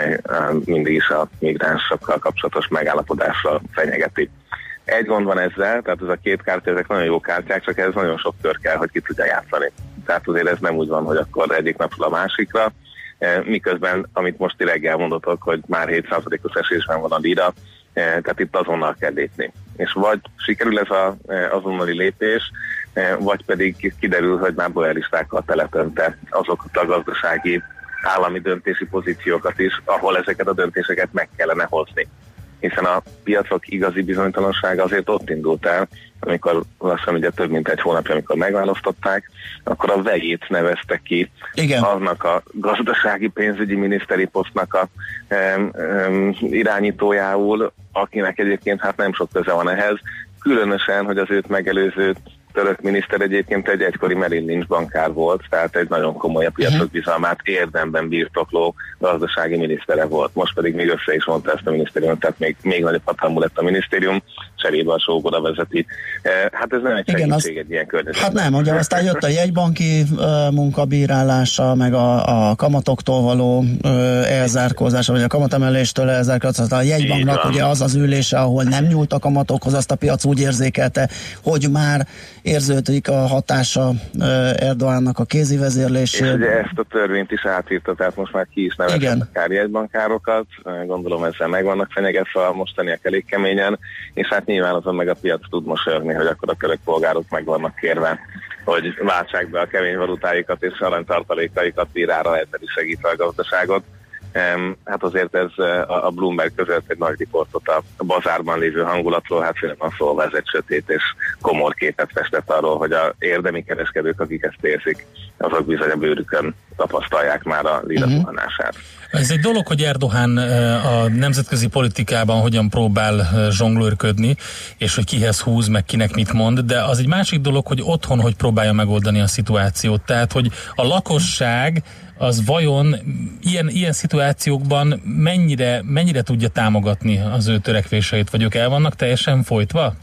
S10: mindig is a migránsokkal kapcsolatos megállapodásra fenyegeti. Egy gond van ezzel, tehát ez a két kártya, ezek nagyon jó kártyák, csak ez nagyon sok kör kell, hogy ki tudja játszani. Tehát azért ez nem úgy van, hogy akkor egyik napról a másikra, miközben, amit most reggel mondotok, hogy már 7%-os esésben van a lira, tehát itt azonnal kell lépni. És vagy sikerül ez az azonnali lépés, vagy pedig kiderül, hogy már bolyalistákkal teletönte azokat a gazdasági állami döntési pozíciókat is, ahol ezeket a döntéseket meg kellene hozni. Hiszen a piacok igazi bizonytalansága azért ott indult el, amikor lassan ugye több mint egy hónapja, amikor megválasztották, akkor a vegyét nevezte ki. Igen. Annak a gazdasági pénzügyi miniszteri posztnak a irányítójául, akinek egyébként hát nem sok köze van ehhez, különösen, hogy az őt megelőző török miniszter egyébként egy egykori Merrill Lynch bankár volt, tehát egy nagyon komoly a piacok bizalmát érdemben birtokló gazdasági minisztere volt. Most pedig még össze is mondta ezt a minisztériumot, tehát még nagyobb hatalmú lett a minisztérium, cserébe a sógoda vezeti. Hát ez nem egy segítség egy ilyen környezetben.
S4: Hát nem, ugye aztán jött a jegybanki munkabírálása, meg a kamatoktól való elzárkózása, vagy a kamatemeléstől elzárkózása. A jegybanknak ugye az az ülése, ahol nem nyúlt a kamatokhoz, azt a piac úgy érzékelte, hogy már érződik a hatása Erdoğannak a kézi vezérlésére.
S10: És ugye ezt a törvényt is átírta, tehát most már ki is nevezett akár jegybankárokat, gondolom ezzel meg vannak fenyegetve, a mostaniak elég keményen, és hát nyilván azon meg a piac tud mosolyogni, hogy akkor a török polgárok meg vannak kérve, hogy váltsák be a kemény valutáikat és aranytartalékaikat lírára, ezzel is segítve a gazdaságot. Hát azért ez a Bloomberg között egy nagy riportot a bazárban lévő hangulatról, hát finoman szólva ez egy sötét és komor képet festett arról, hogy az érdemi kereskedők, akik ezt érzik, azok bizony a bőrükön tapasztalják már a lira zuhanását.
S5: Ez egy dolog, hogy Erdogan a nemzetközi politikában hogyan próbál zsonglőrködni, és hogy kihez húz, meg kinek mit mond, de az egy másik dolog, hogy otthon hogy próbálja megoldani a szituációt. Tehát, hogy a lakosság az vajon ilyen szituációkban mennyire tudja támogatni az ő törekvéseit, vagy ők el vannak teljesen folytva?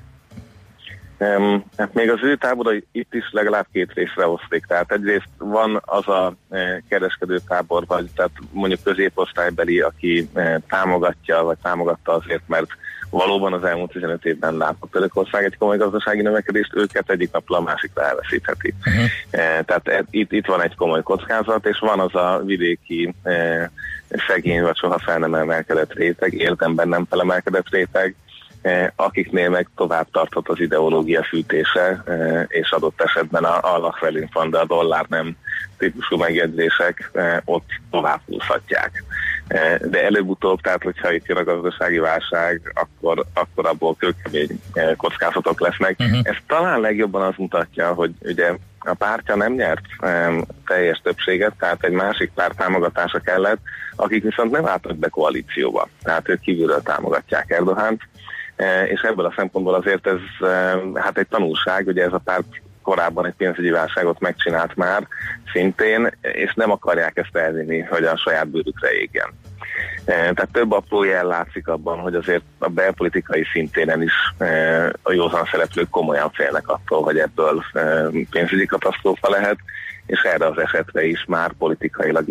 S10: Hát még az ő táborai itt is legalább két részre oszlik. Tehát egyrészt van az a kereskedő tábor, vagy tehát mondjuk középosztálybeli, aki támogatja, vagy támogatta azért, mert valóban az elmúlt 15 évben látott Törökország egy komoly gazdasági növekedést, őket egyik napról a másikra elveszítheti. Tehát itt van egy komoly kockázat, és van az a vidéki szegény, vagy soha fel nem emelkedett réteg, érdemben nem felemelkedett réteg, akiknél meg tovább tartott az ideológia fűtése, és adott esetben a Allah velünk van, de a dollár nem típusú megjegyzések ott tovább húzhatják. De előbb-utóbb, tehát hogyha itt jön a gazdasági válság, akkor abból kőkemény kockázatok lesznek. Ez talán legjobban azt mutatja, hogy ugye a pártja nem nyert teljes többséget, tehát egy másik párt támogatása kellett, akik viszont nem álltak be koalícióba, tehát ők kívülről támogatják Erdogant, és ebből a szempontból azért ez hát egy tanulság, ugye ez a párt korábban egy pénzügyi válságot megcsinált már szintén, és nem akarják ezt elvinni, hogy a saját bőrükre égjen. Tehát több apró jel látszik abban, hogy azért a belpolitikai szintéren is a józan szereplők komolyan félnek attól, hogy ebből pénzügyi katasztrófa lehet, és erre az esetre is már politikailag is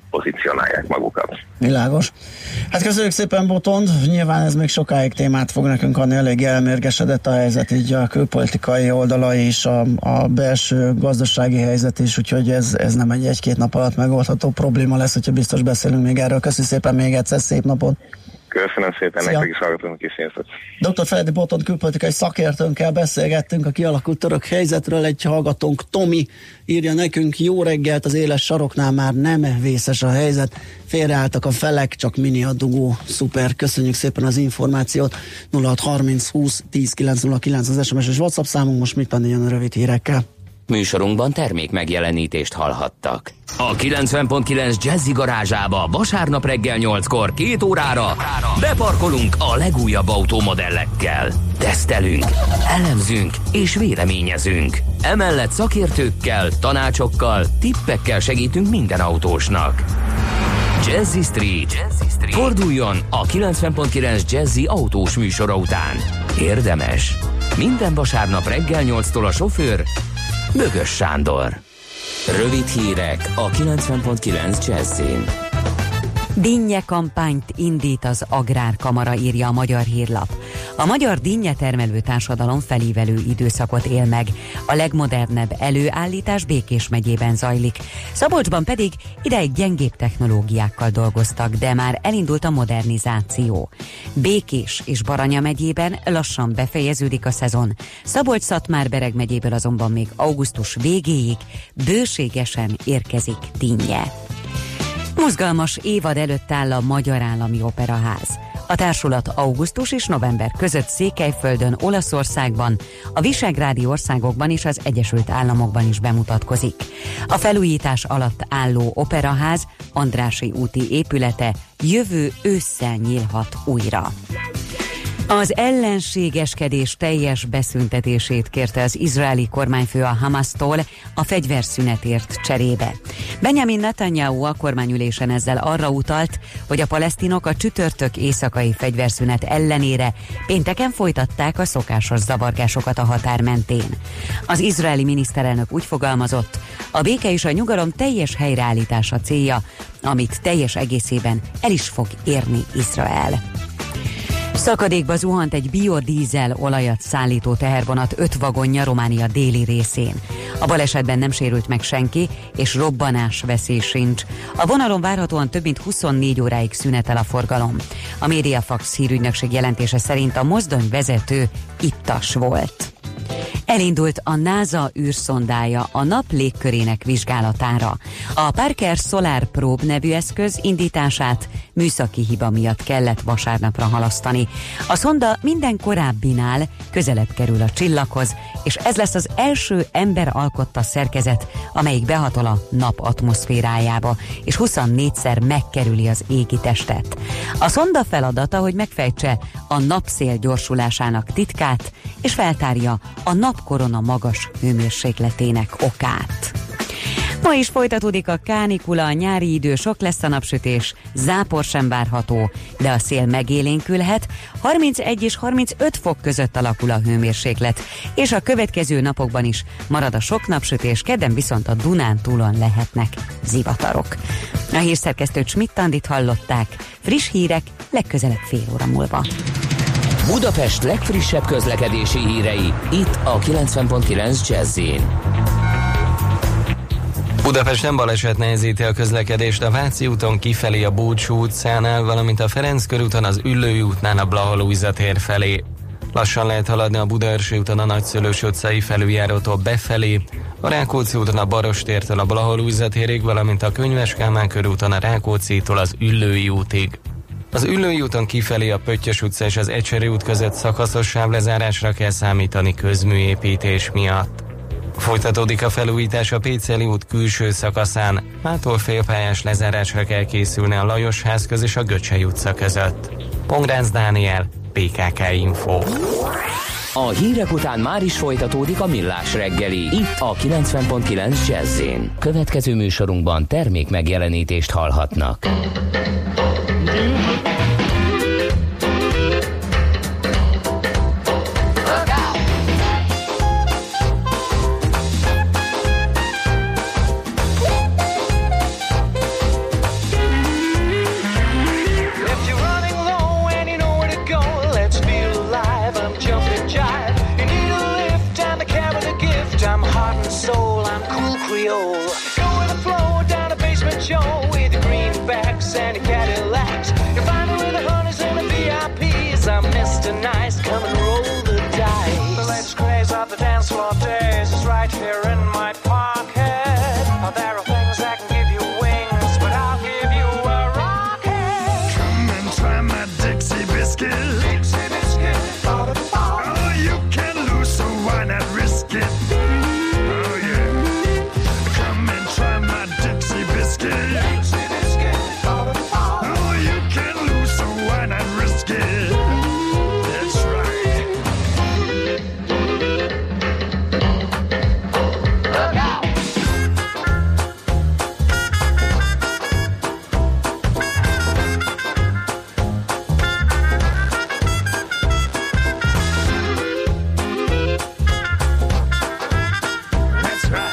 S10: pozícionálják magukat.
S4: Világos. Hát köszönjük szépen, Botond, nyilván ez még sokáig témát fog nekünk adni, elég elmérgesedett a helyzet, így a külpolitikai oldala is, a belső gazdasági helyzet is, úgyhogy ez nem egy-két nap alatt megoldható probléma lesz, hogyha biztos beszélünk még erről. Köszönjük szépen még egyszer, szép napot!
S10: Köszönöm szépen, nektek is hallgatunk is, sziasztok!
S4: Dr. Feledi Botond külpolitikai szakértőnkkel beszélgettünk a kialakult török helyzetről. Egy hallgatónk, Tomi, írja nekünk: jó reggelt, az éles saroknál már nem vészes a helyzet, félreálltak a felek, csak mini a dugó. Szuper, köszönjük szépen az információt. 0630 20 10 909 az SMS és WhatsApp számunk, most mit jön a rövid hírekkel.
S1: Műsorunkban termék megjelenítést hallhattak. A 90.9 Jazzy garázsába vasárnap reggel 8-kor 2 órára beparkolunk a legújabb automodellekkel. Tesztelünk, elemzünk és véleményezünk. Emellett szakértőkkel, tanácsokkal, tippekkel segítünk minden autósnak. Jazzy Street. Forduljon a 90.9 Jazzy autós műsora után. Érdemes. Minden vasárnap reggel 8-tól a sofőr Bögös Sándor. Rövid hírek a 90.9 Jazzyn.
S7: Dinnye kampányt indít az Agrárkamara, írja a Magyar Hírlap. A magyar dinnyetermelő társadalom felívelő időszakot él meg. A legmodernebb előállítás Békés megyében zajlik. Szabolcsban pedig ideig gyengébb technológiákkal dolgoztak, de már elindult a modernizáció. Békés és Baranya megyében lassan befejeződik a szezon. Szabolcs-Szatmár-Bereg megyéből azonban még augusztus végéig bőségesen érkezik dinnye. Mozgalmas évad előtt áll a Magyar Állami Operaház. A társulat augusztus és november között Székelyföldön, Olaszországban, a visegrádi országokban és az Egyesült Államokban is bemutatkozik. A felújítás alatt álló operaház Andrássy úti épülete jövő ősszel nyílhat újra. Az ellenségeskedés teljes beszüntetését kérte az izraeli kormányfő a Hamasztól a fegyverszünetért cserébe. Benjamin Netanyahu a kormányülésen ezzel arra utalt, hogy a palesztinok a csütörtök éjszakai fegyverszünet ellenére pénteken folytatták a szokásos zavargásokat a határ mentén. Az izraeli miniszterelnök úgy fogalmazott, a béke és a nyugalom teljes helyreállítása célja, amit teljes egészében el is fog érni Izrael. Szakadékba zuhant egy biodízel olajat szállító tehervonat 5 vagonja Románia déli részén. A balesetben nem sérült meg senki, és robbanás veszély sincs. A vonalon várhatóan több mint 24 óráig szünetel a forgalom. A Mediafax hírügynökség jelentése szerint a mozdony vezető ittas volt. Elindult a NASA űrszondája a nap légkörének vizsgálatára. A Parker Solar Probe nevű eszköz indítását műszaki hiba miatt kellett vasárnapra halasztani. A szonda minden korábbinál közelebb kerül a csillaghoz, és ez lesz az első ember alkotta szerkezet, amelyik behatol a nap atmoszférájába, és 24-szer megkerüli az égi testet. A szonda feladata, hogy megfejtse a napszél gyorsulásának titkát, és feltárja a napkorona magas hőmérsékletének okát. Ma is folytatódik a kánikula, a nyári idő, sok lesz a napsütés, zápor sem várható, de a szél megélénkülhet, 31 és 35 fok között alakul a hőmérséklet, és a következő napokban is marad a sok napsütés, kedden viszont a Dunántúlon lehetnek zivatarok. A hírszerkesztőt Schmidt-Andit hallották, friss hírek legközelebb fél óra múlva.
S1: Budapest legfrissebb közlekedési hírei, itt a 90.9 Jazz-in.
S11: Budapesten baleset nehezíti a közlekedést a Váci úton kifelé a Bócsú utcánál, valamint a Ferenc körúton az Üllői útnál a Blaha-Lujza tér felé. Lassan lehet haladni a Budaörsi úton a Nagyszülős utcai felüljárótól befelé, a Rákóczi úton a Barostértől a Blaha-Lujza térig, valamint a Könyves Kálmán körúton a Rákóczitól az Üllői útig. Az Üllői úton kifelé a Pöttyös utca és az Ecseri út között szakaszos sávlezárásra kell számítani közműépítés miatt. Folytatódik a felújítás a Péceli út külső szakaszán, mától félpályás lezárásra kell készülni a Lajosház és a Göcsei utca között. Pongrácz Dániel, PKK Info.
S1: A hírek után már is folytatódik a Millás reggeli, itt a 90.9 Jazz-én. Következő műsorunkban termék megjelenítést hallhatnak.
S12: the floor, down a basement show with the greenbacks and the Cadillacs. You'll find her with the honeys and the VIPs. I'm Mr. Nice, come and roll the dice. The latest craze of the dance floor days is right here in my pocket. Oh, there are things that can give you wings, but I'll give you a rocket.
S2: Come and try my Dixie biscuit.
S12: Dixie biscuit,
S2: oh, you can lose, so why not risk it? Oh yeah. Come and try my Dixie biscuit.
S12: Dixie biscuit,
S2: oh, you can lose, so why not risk it? That's right.
S12: look out.
S2: That's right.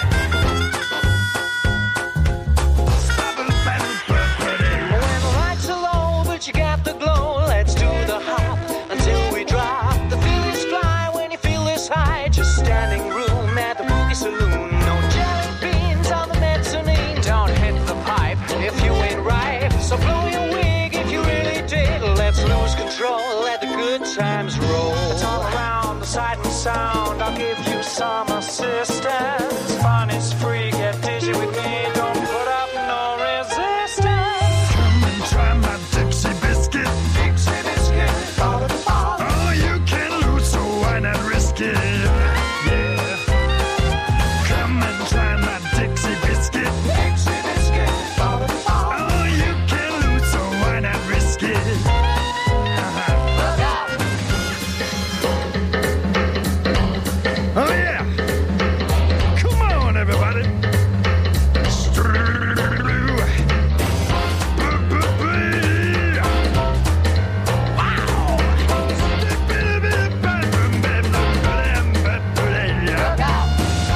S12: When the lights are low, but you got the glow, let's do the hop until we drop. The feelings fly when you feel this high. Just standing room at the boogie saloon. No jelly beans on the mezzanine. Don't hit the pipe if you ain't right. So blow your wig if you really did. Let's lose control, let the good times roll. It's all around the sight and sound. I'll give you some assistance. Fun is free, get dizzy with me. Don't put up no resistance.
S2: Come and try my Dixie biscuit.
S12: Dixie biscuit,
S2: Oh, you can lose, so why not risk it? Yeah. Come and try my Dixie biscuit.
S12: Dixie biscuit,
S2: Oh, you can lose, so why not risk it?
S12: look out.
S2: Oh yeah. Come on, everybody.
S12: Look out.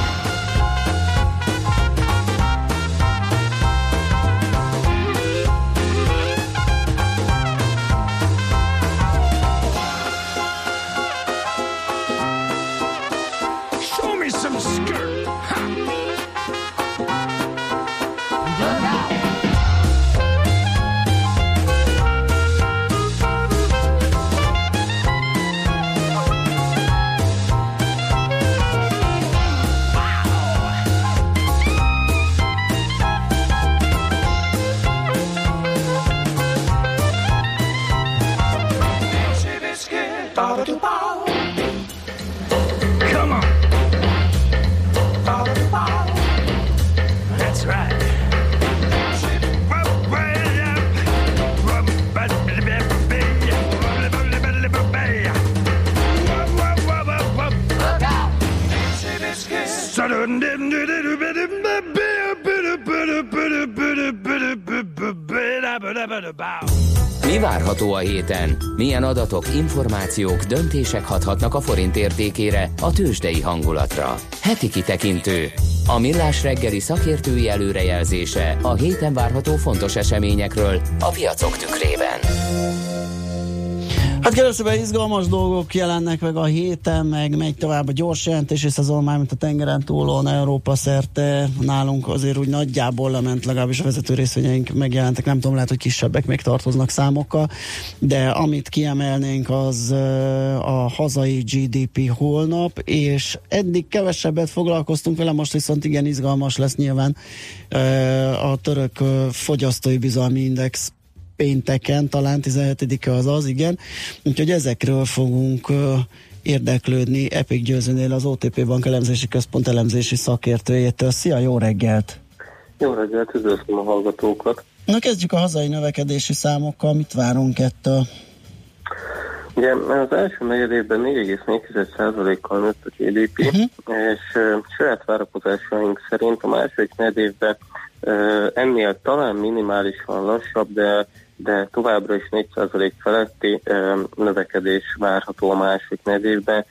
S2: Show me some skirt. Ha.
S12: Look out. Dixie biscuit,
S2: Come on. That's right.
S12: look out. Dixie biscuit.
S1: Mi várható a héten? Milyen adatok, információk, döntések hathatnak a forint értékére, a tőzsdei hangulatra? Heti kitekintő. A Millás reggeli szakértői előrejelzése a héten várható fontos eseményekről a piacok tükrében.
S4: Hát keresztben izgalmas dolgok jelennek meg a héten, meg megy tovább a gyors jelentési szezon, mármint a tengeren túlon, Európa szerte. Nálunk azért úgy nagyjából lement, legalábbis a vezető részvényeink megjelentek, nem tudom, lehet, hogy kisebbek még tartoznak számokkal, de amit kiemelnénk, az a hazai GDP holnap, és eddig kevesebbet foglalkoztunk vele, most viszont igen izgalmas lesz nyilván a török fogyasztói bizalmi index pénteken, talán 17-e az, igen. Úgyhogy ezekről fogunk érdeklődni Epik Győzőnél, az OTP Bank elemzési központ elemzési szakértőjétől. Szia, jó reggelt!
S10: Jó reggelt, üdvözlöm a hallgatókat!
S4: Na, kezdjük a hazai növekedési számokkal, mit várunk ettől?
S10: Ugye az első negyed évben 4,4%-kal nőtt a GDP, és saját várakozásaink szerint a második negyed évben ennél talán minimálisan lassabb, de továbbra is 4% feletti növekedés várható a második negyed évben.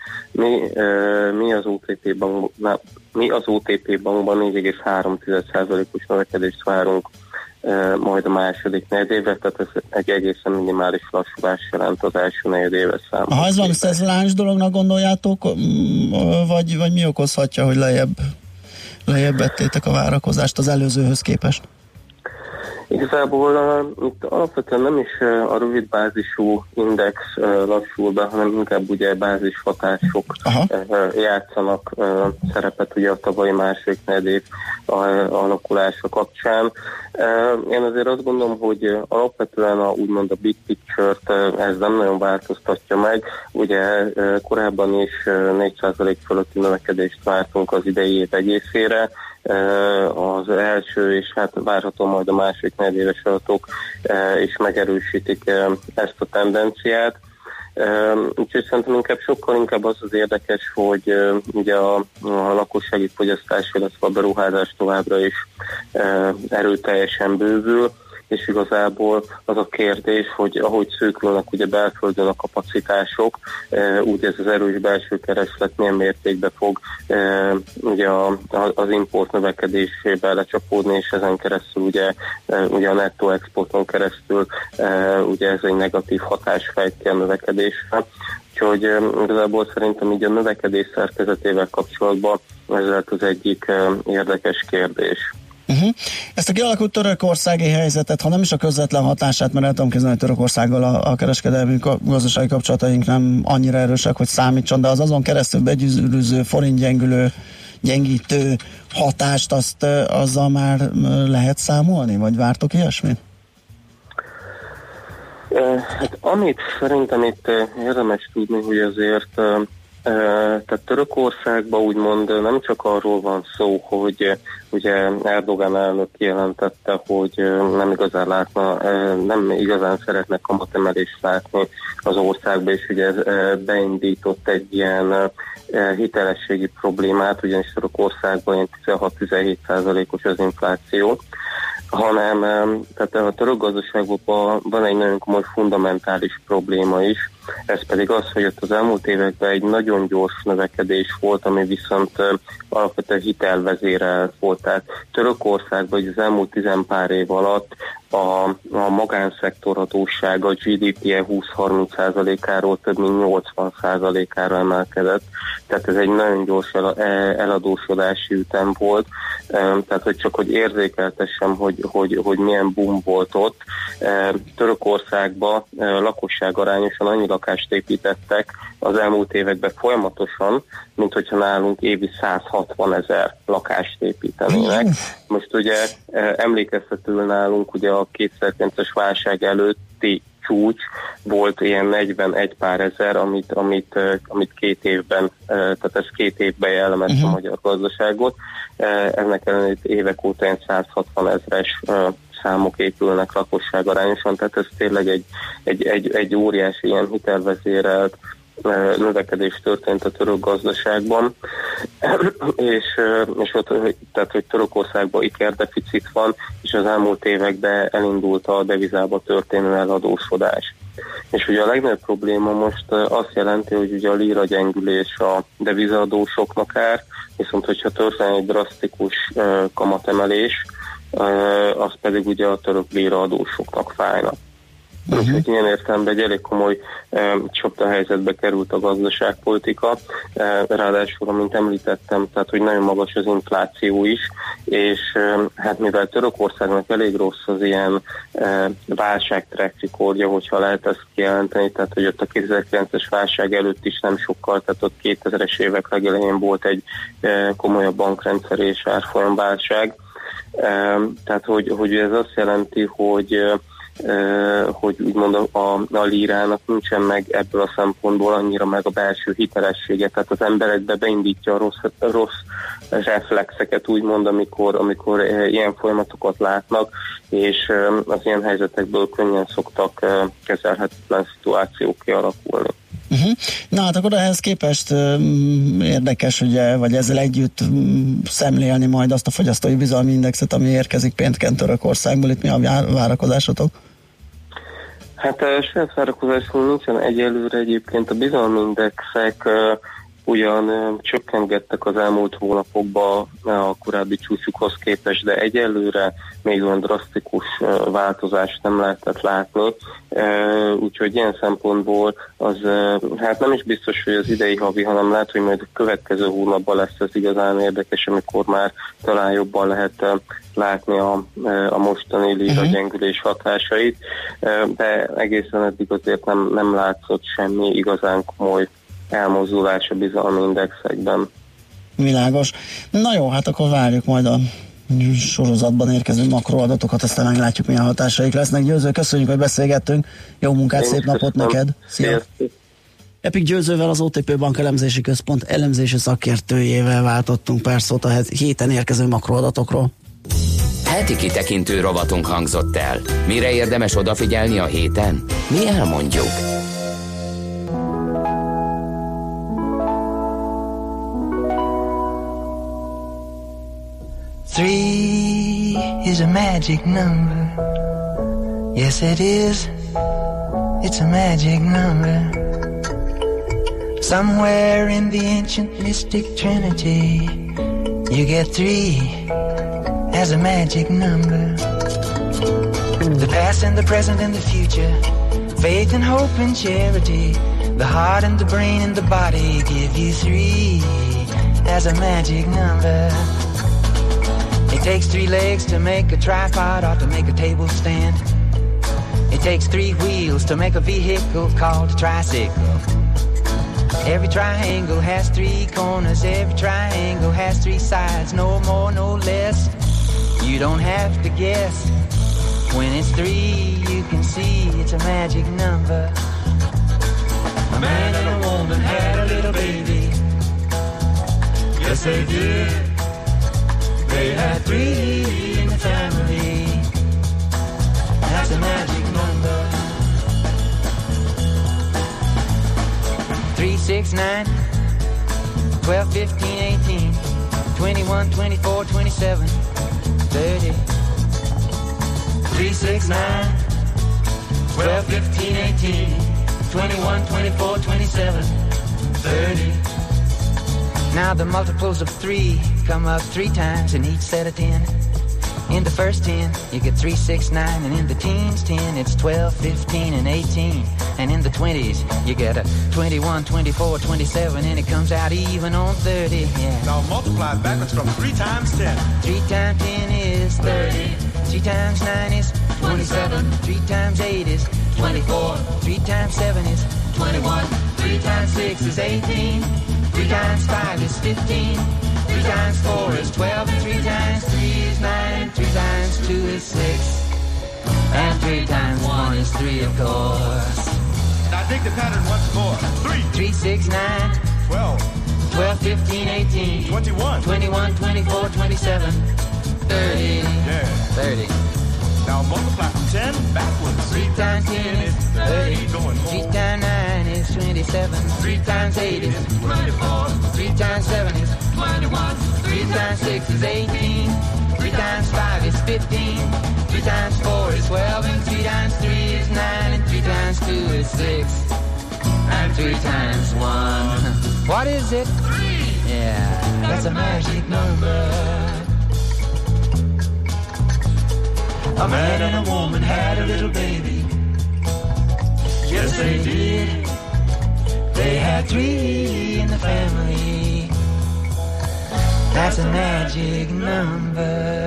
S10: Mi az OTP bankban 4,3%-os növekedést várunk majd a második negyedévre, tehát ez egy egészen minimális lassulás jelent az első negyedéves számban.
S4: Ha ez valami szezonális dolognak gondoljátok, vagy mi okozhatja, hogy lejjebb lejjebb vettétek a várakozást az előzőhöz képest?
S10: Igazából itt alapvetően nem is a rövid bázisú index lassul be, hanem inkább ugye bázishatások játszanak szerepet ugye a tavalyi második negyedév alakulása kapcsán. Én azért azt gondolom, hogy alapvetően úgymond a big picture-t ez nem nagyon változtatja meg. Ugye korábban is 4% fölötti növekedést vártunk az idei év egészére. Az első és hát várható majd a második negyedéves adatok is megerősítik ezt a tendenciát. Úgyhogy szerintem sokkal inkább az az érdekes, hogy ugye a lakossági fogyasztás, illetve a beruházás továbbra is erőteljesen bővül, és igazából az a kérdés, hogy ahogy szűkülnek ugye belföldön a kapacitások, úgy ez az erős belső kereslet milyen mértékben fog ugye az import növekedésébe lecsapódni, és ezen keresztül ugye a nettó exporton keresztül ugye ez egy negatív hatás fejt ki a növekedésre. Úgyhogy igazából szerintem így a növekedés szerkezetével kapcsolatban ez lehet az egyik érdekes kérdés.
S4: Ezt a kialakult törökországi helyzetet, ha nem is a közvetlen hatását, mert el tudom képzelni, hogy Törökországgal a kereskedelmi gazdasági kapcsolataink nem annyira erősek, hogy számítson, de az azon keresztül begyűrűző, gyengítő hatást, azzal már lehet számolni, vagy vártok ilyesmit?
S10: Hát amit szerintem itt érdemes tudni, hogy azért tehát Törökországban úgymond nem csak arról van szó, hogy ugye Erdogan elnök kijelentette, hogy nem igazán szeretne kamatemelést látni az országban, és ugye ez beindított egy ilyen hitelességi problémát, ugyanis Törökországban 16-17%-os az infláció, hanem tehát a török gazdaságban van egy nagyon komoly fundamentális probléma is, ez pedig az, hogy ott az elmúlt években egy nagyon gyors növekedés volt, ami viszont alapvetően hitelvezérelt volt. Tehát Törökországban az elmúlt 10 pár év alatt a magánszektor adóssága a GDP-je 20-30%-áról több mint 80%-ára emelkedett. Tehát ez egy nagyon gyors eladósodási ütem volt. Tehát, hogy érzékeltessem, hogy milyen boom volt ott. Törökországban lakosságarányosan annyi lakást építettek az elmúlt években folyamatosan, mint hogyha nálunk évi 160 000 lakást építenének. Most ugye emlékeztetül nálunk ugye a 2009-es válság előtti csúcs volt ilyen 41 pár ezer, amit 2 évben, tehát ez 2 évben jellemezte a magyar gazdaságot. Ennek ellenére évek óta ilyen 160 000-es számok épülnek lakosságarányosan, tehát ez tényleg egy óriási ilyen hitelvezérelt növekedés történt a török gazdaságban, és ott, tehát, hogy Törökországban ikerdeficit van, és az elmúlt években elindult a devizába történő eladósodás. És ugye a legnagyobb probléma most azt jelenti, hogy ugye a líra gyengülés a devizaadósoknak ár, viszont hogyha történik egy drasztikus kamatemelés, az pedig ugye a török líra adósoknak fájna. Úgyhogy ilyen értelemben egy elég komoly csapdahelyzetbe került a gazdaságpolitika, ráadásul, amint említettem, tehát hogy nagyon magas az infláció is, és hát mivel Törökországnak elég rossz az ilyen válság track recordja, hogyha lehet ezt kijelenteni, tehát hogy ott a 2009-es válság előtt is nem sokkal, tehát ott 2000-es évek legelején volt egy komolyabb bankrendszer és árfolyamválság, tehát hogy ez azt jelenti, hogy úgymond a lírának nincsen meg ebből a szempontból annyira meg a belső hitelessége, tehát az emberekbe beindítja a rossz reflexeket, úgymond, amikor ilyen folyamatokat látnak, és az ilyen helyzetekből könnyen szoktak kezelhetetlen szituációk kialakulni.
S4: Na hát akkor ehhez képest érdekes, ugye, vagy ezzel együtt szemlélni majd azt a fogyasztói bizalmi indexet, ami érkezik pénteken Törökországból. Itt mi a várakozásotok?
S10: Hát saját várakozásunk nincsen egyelőre, egyébként a bizalmi indexek ugyan csökkentgettek az elmúlt hónapokban a korábbi csúcsukhoz képest, de egyelőre még olyan drasztikus változást nem lehetett látni, úgyhogy ilyen szempontból az hát nem is biztos, hogy az idei havi, hanem lehet, hogy majd a következő hónapban lesz ez igazán érdekes, amikor már talán jobban lehet látni a mostani lira gyengülés hatásait, de egészen eddig azért nem látszott semmi igazán komoly elmozdulás a bizalmi indexekben.
S4: Világos. Na jó, hát akkor várjuk majd a sorozatban érkező makroadatokat, aztán meglátjuk, milyen hatásaik lesznek. Győző, köszönjük, hogy beszélgettünk. Jó munkát, szép napot neked. Szia! Epic Győzővel, az OTP Bank elemzési központ elemzési szakértőjével váltottunk pár szót a héten érkező makroadatokról.
S1: Heti kitekintő rovatunk hangzott el. Mire érdemes odafigyelni a héten? Mi elmondjuk.
S6: Three is a magic number. Yes, it is. It's a magic number. Somewhere in the ancient mystic trinity, you get three as a magic number. The past and the present and the future, faith and hope and charity, the heart and the brain and the body give you three as a magic number. It takes three legs to make a tripod or to make a table stand. It takes three wheels to make a vehicle called a tricycle. Every triangle has three corners, every triangle has three sides, no more, no less. You don't have to guess. When it's three, you can see it's a magic number. A man and a woman had a little baby. Yes, they did. They had three in the family. That's a magic number. 3, 6, 9, 12, 15, 18, 21, 24, 27, 30. 3, 6, 9, 12, 15, 18, 21, 24, 27, 30. Now the multiples of 3 come up 3 times in each set of 10. In the first 10, you get 3, 6, 9, and in the teens 10, it's 12, 15, and 18. And in the 20s, you get a 21, 24, 27, and it comes out even on 30. Yeah.
S13: Now multiply backwards from 3 times 10.
S6: 3 times 10 is 30. 3 times 9 is 27. 3 times 8 is 24. 3 times 7 is 21. 3 times 6 is 18. 3 times 5 is 15. 3 times 4 is 12. And 3 times 3 is 9. And 3 times 2 is 6. And 3 times 1 is 3, of course.
S13: Now dig the pattern once more. 3.
S6: 3, 6, 9.
S13: 12.
S6: 12, 15, 18.
S13: 21.
S6: 21, 24, 27. 30.
S13: Yeah.
S6: 30.
S13: Now multiply from 10 backwards.
S6: 3 times 10 is 30. 3 times 9 is 27. 3 times 8 is 24. 3 times 7 is 21. 3 times 6 is 18. 3 times 5 is 15. 3 times 4 is 12. And 3 times 3 is 9. And 3 times 2 is 6. And 3 times 1. What is it? 3. Yeah, that's a magic number. A man and a woman had a little baby. Yes, they did. They had 3 in the family. That's a magic number.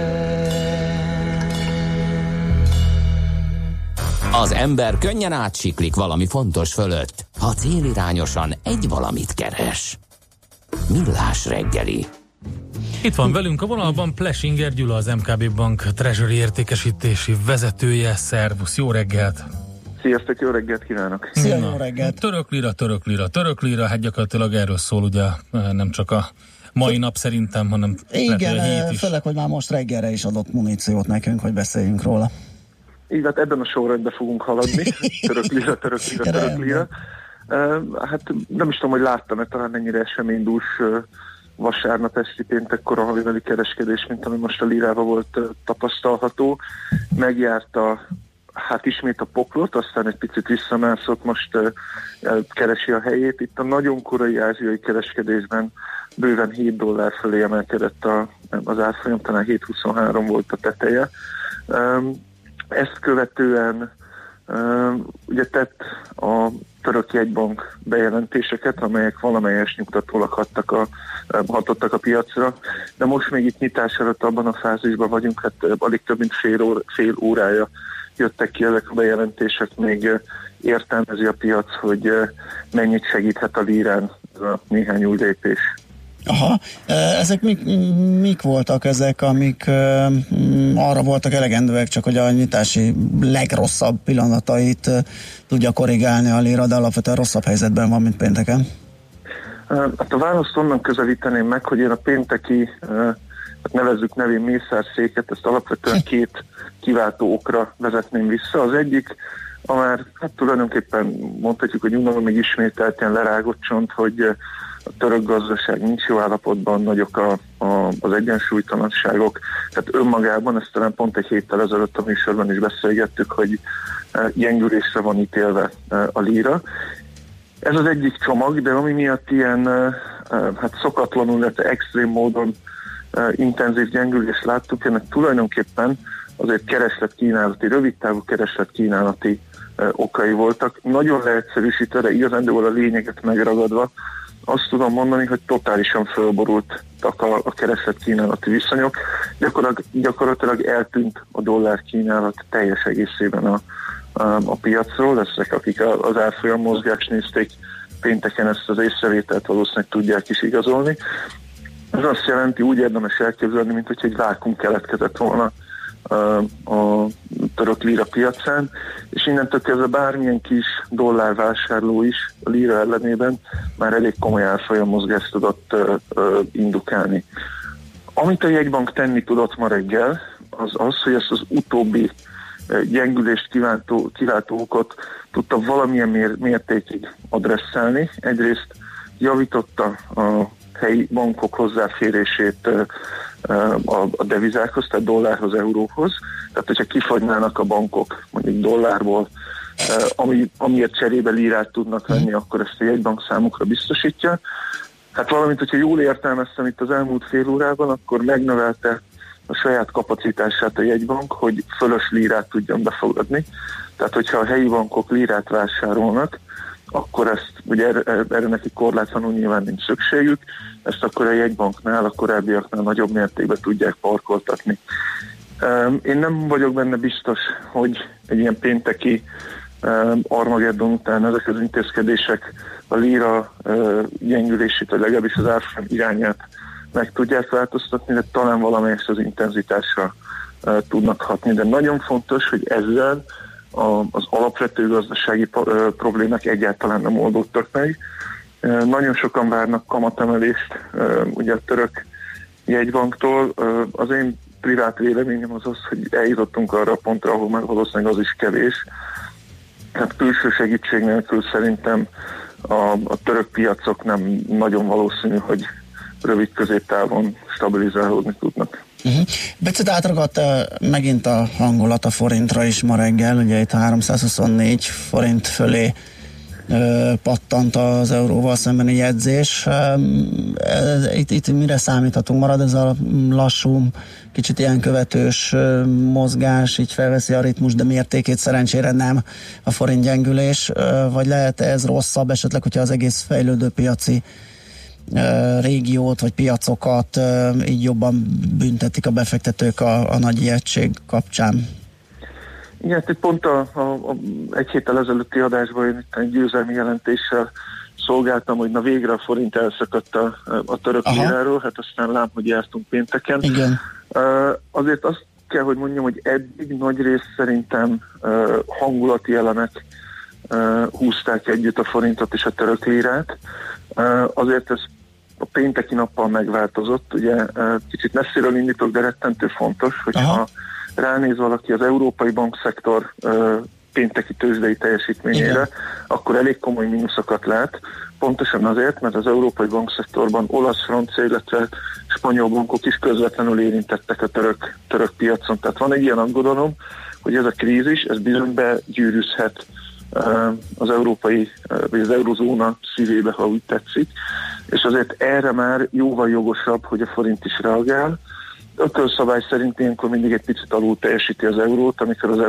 S1: Az ember könnyen átsiklik valami fontos fölött, ha célirányosan egy valamit keres. Millás reggeli.
S5: Itt van velünk a vonalban Plesinger Gyula, az MKB Bank Treasury értékesítési vezetője. Szervusz, jó reggelt!
S14: Sziasztok, jó reggelt kívánok!
S4: Szia, jó reggelt!
S5: Török lira, hát gyakorlatilag erről szól ugye nem csak a mai nap szerintem, hanem
S4: igen,
S5: a hét is.
S4: főleg, hogy már most reggelre is adott muníciót nekünk, hogy beszéljünk róla.
S14: Így, hát ebben a sorrendben fogunk haladni. Török lira. Hát nem is tudom, hogy láttam-e talán ennyire eseménydús vasárnap esti péntekkor a haviveli kereskedés, mint ami most a lirában volt tapasztalható. Megjárta hát ismét a poklot, aztán egy picit visszamászott, most keresi a helyét. Itt a nagyon korai ázsiai kereskedésben bőven $7 fölé emelkedett az árfolyam, talán 7,23 volt a teteje. Ezt követően ugye tett a török jegybank bejelentéseket, amelyek valamelyes nyugtatólag hatottak a piacra, de most még itt nyitás előtt abban a fázisban vagyunk, hát alig több mint fél órája jöttek ki ezek a bejelentések, még értelmezi a piac, hogy mennyit segíthet a lírán a néhány új lépés.
S4: Aha, ezek mik voltak ezek, amik arra voltak elegendőek, csak hogy a nyitási legrosszabb pillanatait tudja korrigálni a lira, de alapvetően rosszabb helyzetben van, mint pénteken?
S14: Hát a választ onnan közelíteném meg, hogy én a pénteki, hát nevezzük nevén mészárszéket, ezt alapvetően két kiváltó okra vezetném vissza. Az egyik, a már hát tulajdonképpen mondhatjuk, hogy unalom még ismételten lerágott csont, hogy a török gazdaság nincs jó állapotban, nagyok az egyensúlytalanságok, tehát önmagában, ezt talán pont egy héttel ezelőtt a műsorban is beszélgettük, hogy gyengülésre van ítélve a líra. Ez az egyik csomag, de ami miatt ilyen hát szokatlanul, illetve extrém módon intenzív gyengülést láttuk, ennek tulajdonképpen azért kereslet-kínálati, rövidtávú kereslet-kínálati okai voltak. Nagyon leegyszerűsítve, de igazándiból a lényeget megragadva, azt tudom mondani, hogy totálisan fölborultak a kereslet-kínálati viszonyok. Gyakorlatilag eltűnt a dollár kínálat teljes egészében a piacról. Ezek, akik az árfolyam mozgást nézték pénteken, ezt az észrevételt valószínűleg tudják is igazolni. Ez azt jelenti, úgy érdemes elképzelni, mint hogy egy vákum keletkezett volna a török líra piacán, és innentől kezdve bármilyen kis dollárvásárló is a líra ellenében már elég komoly árfolyam mozgást tudott indukálni. Amit a jegybank tenni tudott ma reggel, az, hogy ezt az utóbbi gyengülést kiváltó okot tudta valamilyen mértékig adresszálni. Egyrészt javította a helyi bankok hozzáférését a devizákhoz, tehát dollárhoz, euróhoz. Tehát, hogyha kifagynának a bankok mondjuk dollárból, amiért cserébe lírát tudnak venni, akkor ezt a jegybank számukra biztosítja. Hát valamint, hogyha jól értelmeztem itt az elmúlt fél órában, akkor megnövelte a saját kapacitását a jegybank, hogy fölös lírát tudjon befogadni. Tehát, hogyha a helyi bankok lírát vásárolnak, akkor ezt, ugye erre neki korlátlanul nyilván nincs szükségük, ezt akkor a jegybanknál, a korábbiaknál nagyobb mértékben tudják parkoltatni. Én nem vagyok benne biztos, hogy egy ilyen pénteki Armageddon után ezek az intézkedések a líra gyengülését, vagy legalábbis az árfolyam irányát meg tudják változtatni, de talán valamelyest az intenzitásra tudnak hatni. De nagyon fontos, hogy ezzel az alapvető gazdasági problémák egyáltalán nem oldódtak meg. Nagyon sokan várnak kamatemelést ugye a török jegybanktól. Az én privát véleményem az, hogy eljutottunk arra a pontra, ahol már valószínűleg az is kevés. Hát külső segítség nélkül szerintem a török piacok nem nagyon valószínű, hogy rövid középtávon stabilizálódni tudnak.
S4: Becet átragadt megint a hangulat a forintra is ma reggel, ugye itt 324 forint fölé pattant az euróval szembeni jegyzés. Itt mire számíthatunk? Marad ez a lassú, kicsit ilyen követős mozgás, így felveszi a ritmus, de mértékét szerencsére nem a forint gyengülés, vagy lehet ez rosszabb esetleg, hogyha az egész fejlődő piaci régiót vagy piacokat így jobban büntetik a befektetők a nagy ijegység kapcsán?
S14: Igen, itt pont egy héttel ezelőtti adásban én egy győzelmi jelentéssel szolgáltam, hogy na végre a forint elszakadt a török líráról, hát aztán lám, hogy jártunk pénteken.
S4: Igen.
S14: Azért azt kell, hogy mondjam, hogy eddig nagy rész szerintem hangulati elemek húzták együtt a forintot és a török lírát. Azért ez a pénteki nappal megváltozott, ugye kicsit messziről indítok, de rettentő fontos, hogyha ránéz valaki az európai bankszektor pénteki tőzsdei teljesítményére, akkor elég komoly mínuszokat lát, pontosan azért, mert az európai bankszektorban olasz, francia, illetve spanyol bankok is közvetlenül érintettek a török piacon. Tehát van egy ilyen aggodalom, hogy ez a krízis, ez bizony begyűrűzhet az európai, vagy az eurozóna szívébe, ha úgy tetszik, és azért erre már jóval jogosabb, hogy a forint is reagál. Ökölszabály szerint ilyenkor mindig egy picit alul teljesíti az eurót, amikor az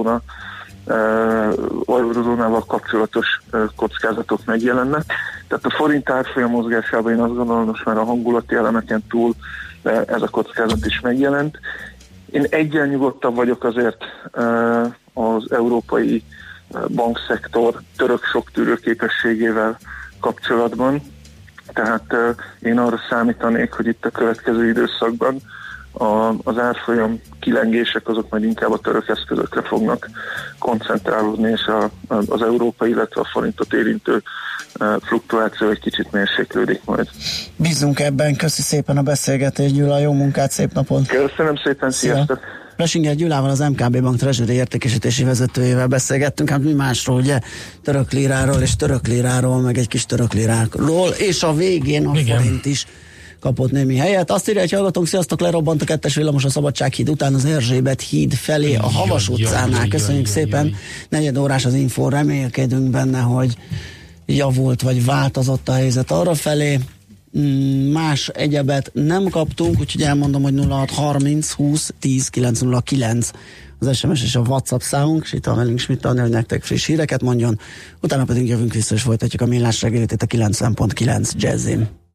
S14: eurozónával kapcsolatos kockázatok megjelennek. Tehát a forint árfolyam mozgásában én azt gondolom, most már a hangulati elemeken túl ez a kockázat is megjelent. Én egyen nyugodtabb vagyok azért az európai bankszektor török sok tűrőképességével kapcsolatban. Tehát én arra számítanék, hogy itt a következő időszakban az árfolyam kilengések azok majd inkább a török eszközökre fognak koncentrálódni, és az európai, illetve a forintot érintő fluktuáció egy kicsit mérséklődik majd.
S4: Bízunk ebben, köszi szépen a beszélgetést, Gyula, jó munkát, szép napot!
S14: Köszönöm szépen, sziasztok!
S4: Plesinger Gyulával, az MKB Bank Treasury értékesítési vezetőjével beszélgettünk, hát mi másról, ugye török liráról és török liráról, meg egy kis török liráról, és a végén a forint is kapott némi helyet. Azt írja, hogy hallgatónk, sziasztok, lerobbant a 2-es villamos a Szabadsághíd után az Erzsébet híd felé a Havas utcánál. Köszönjük szépen. 4 órás az info, remélkedünk benne, hogy javult vagy változott a helyzet arra felé. Más egyebet nem kaptunk, úgyhogy elmondom, hogy 0630 20 10 909 az SMS és a WhatsApp számunk, és itt van velünk Schmidt Andi, hogy nektek friss híreket mondjon, utána pedig jövünk vissza és folytatjuk a Millás reggelit itt a 90.9 Jazzin.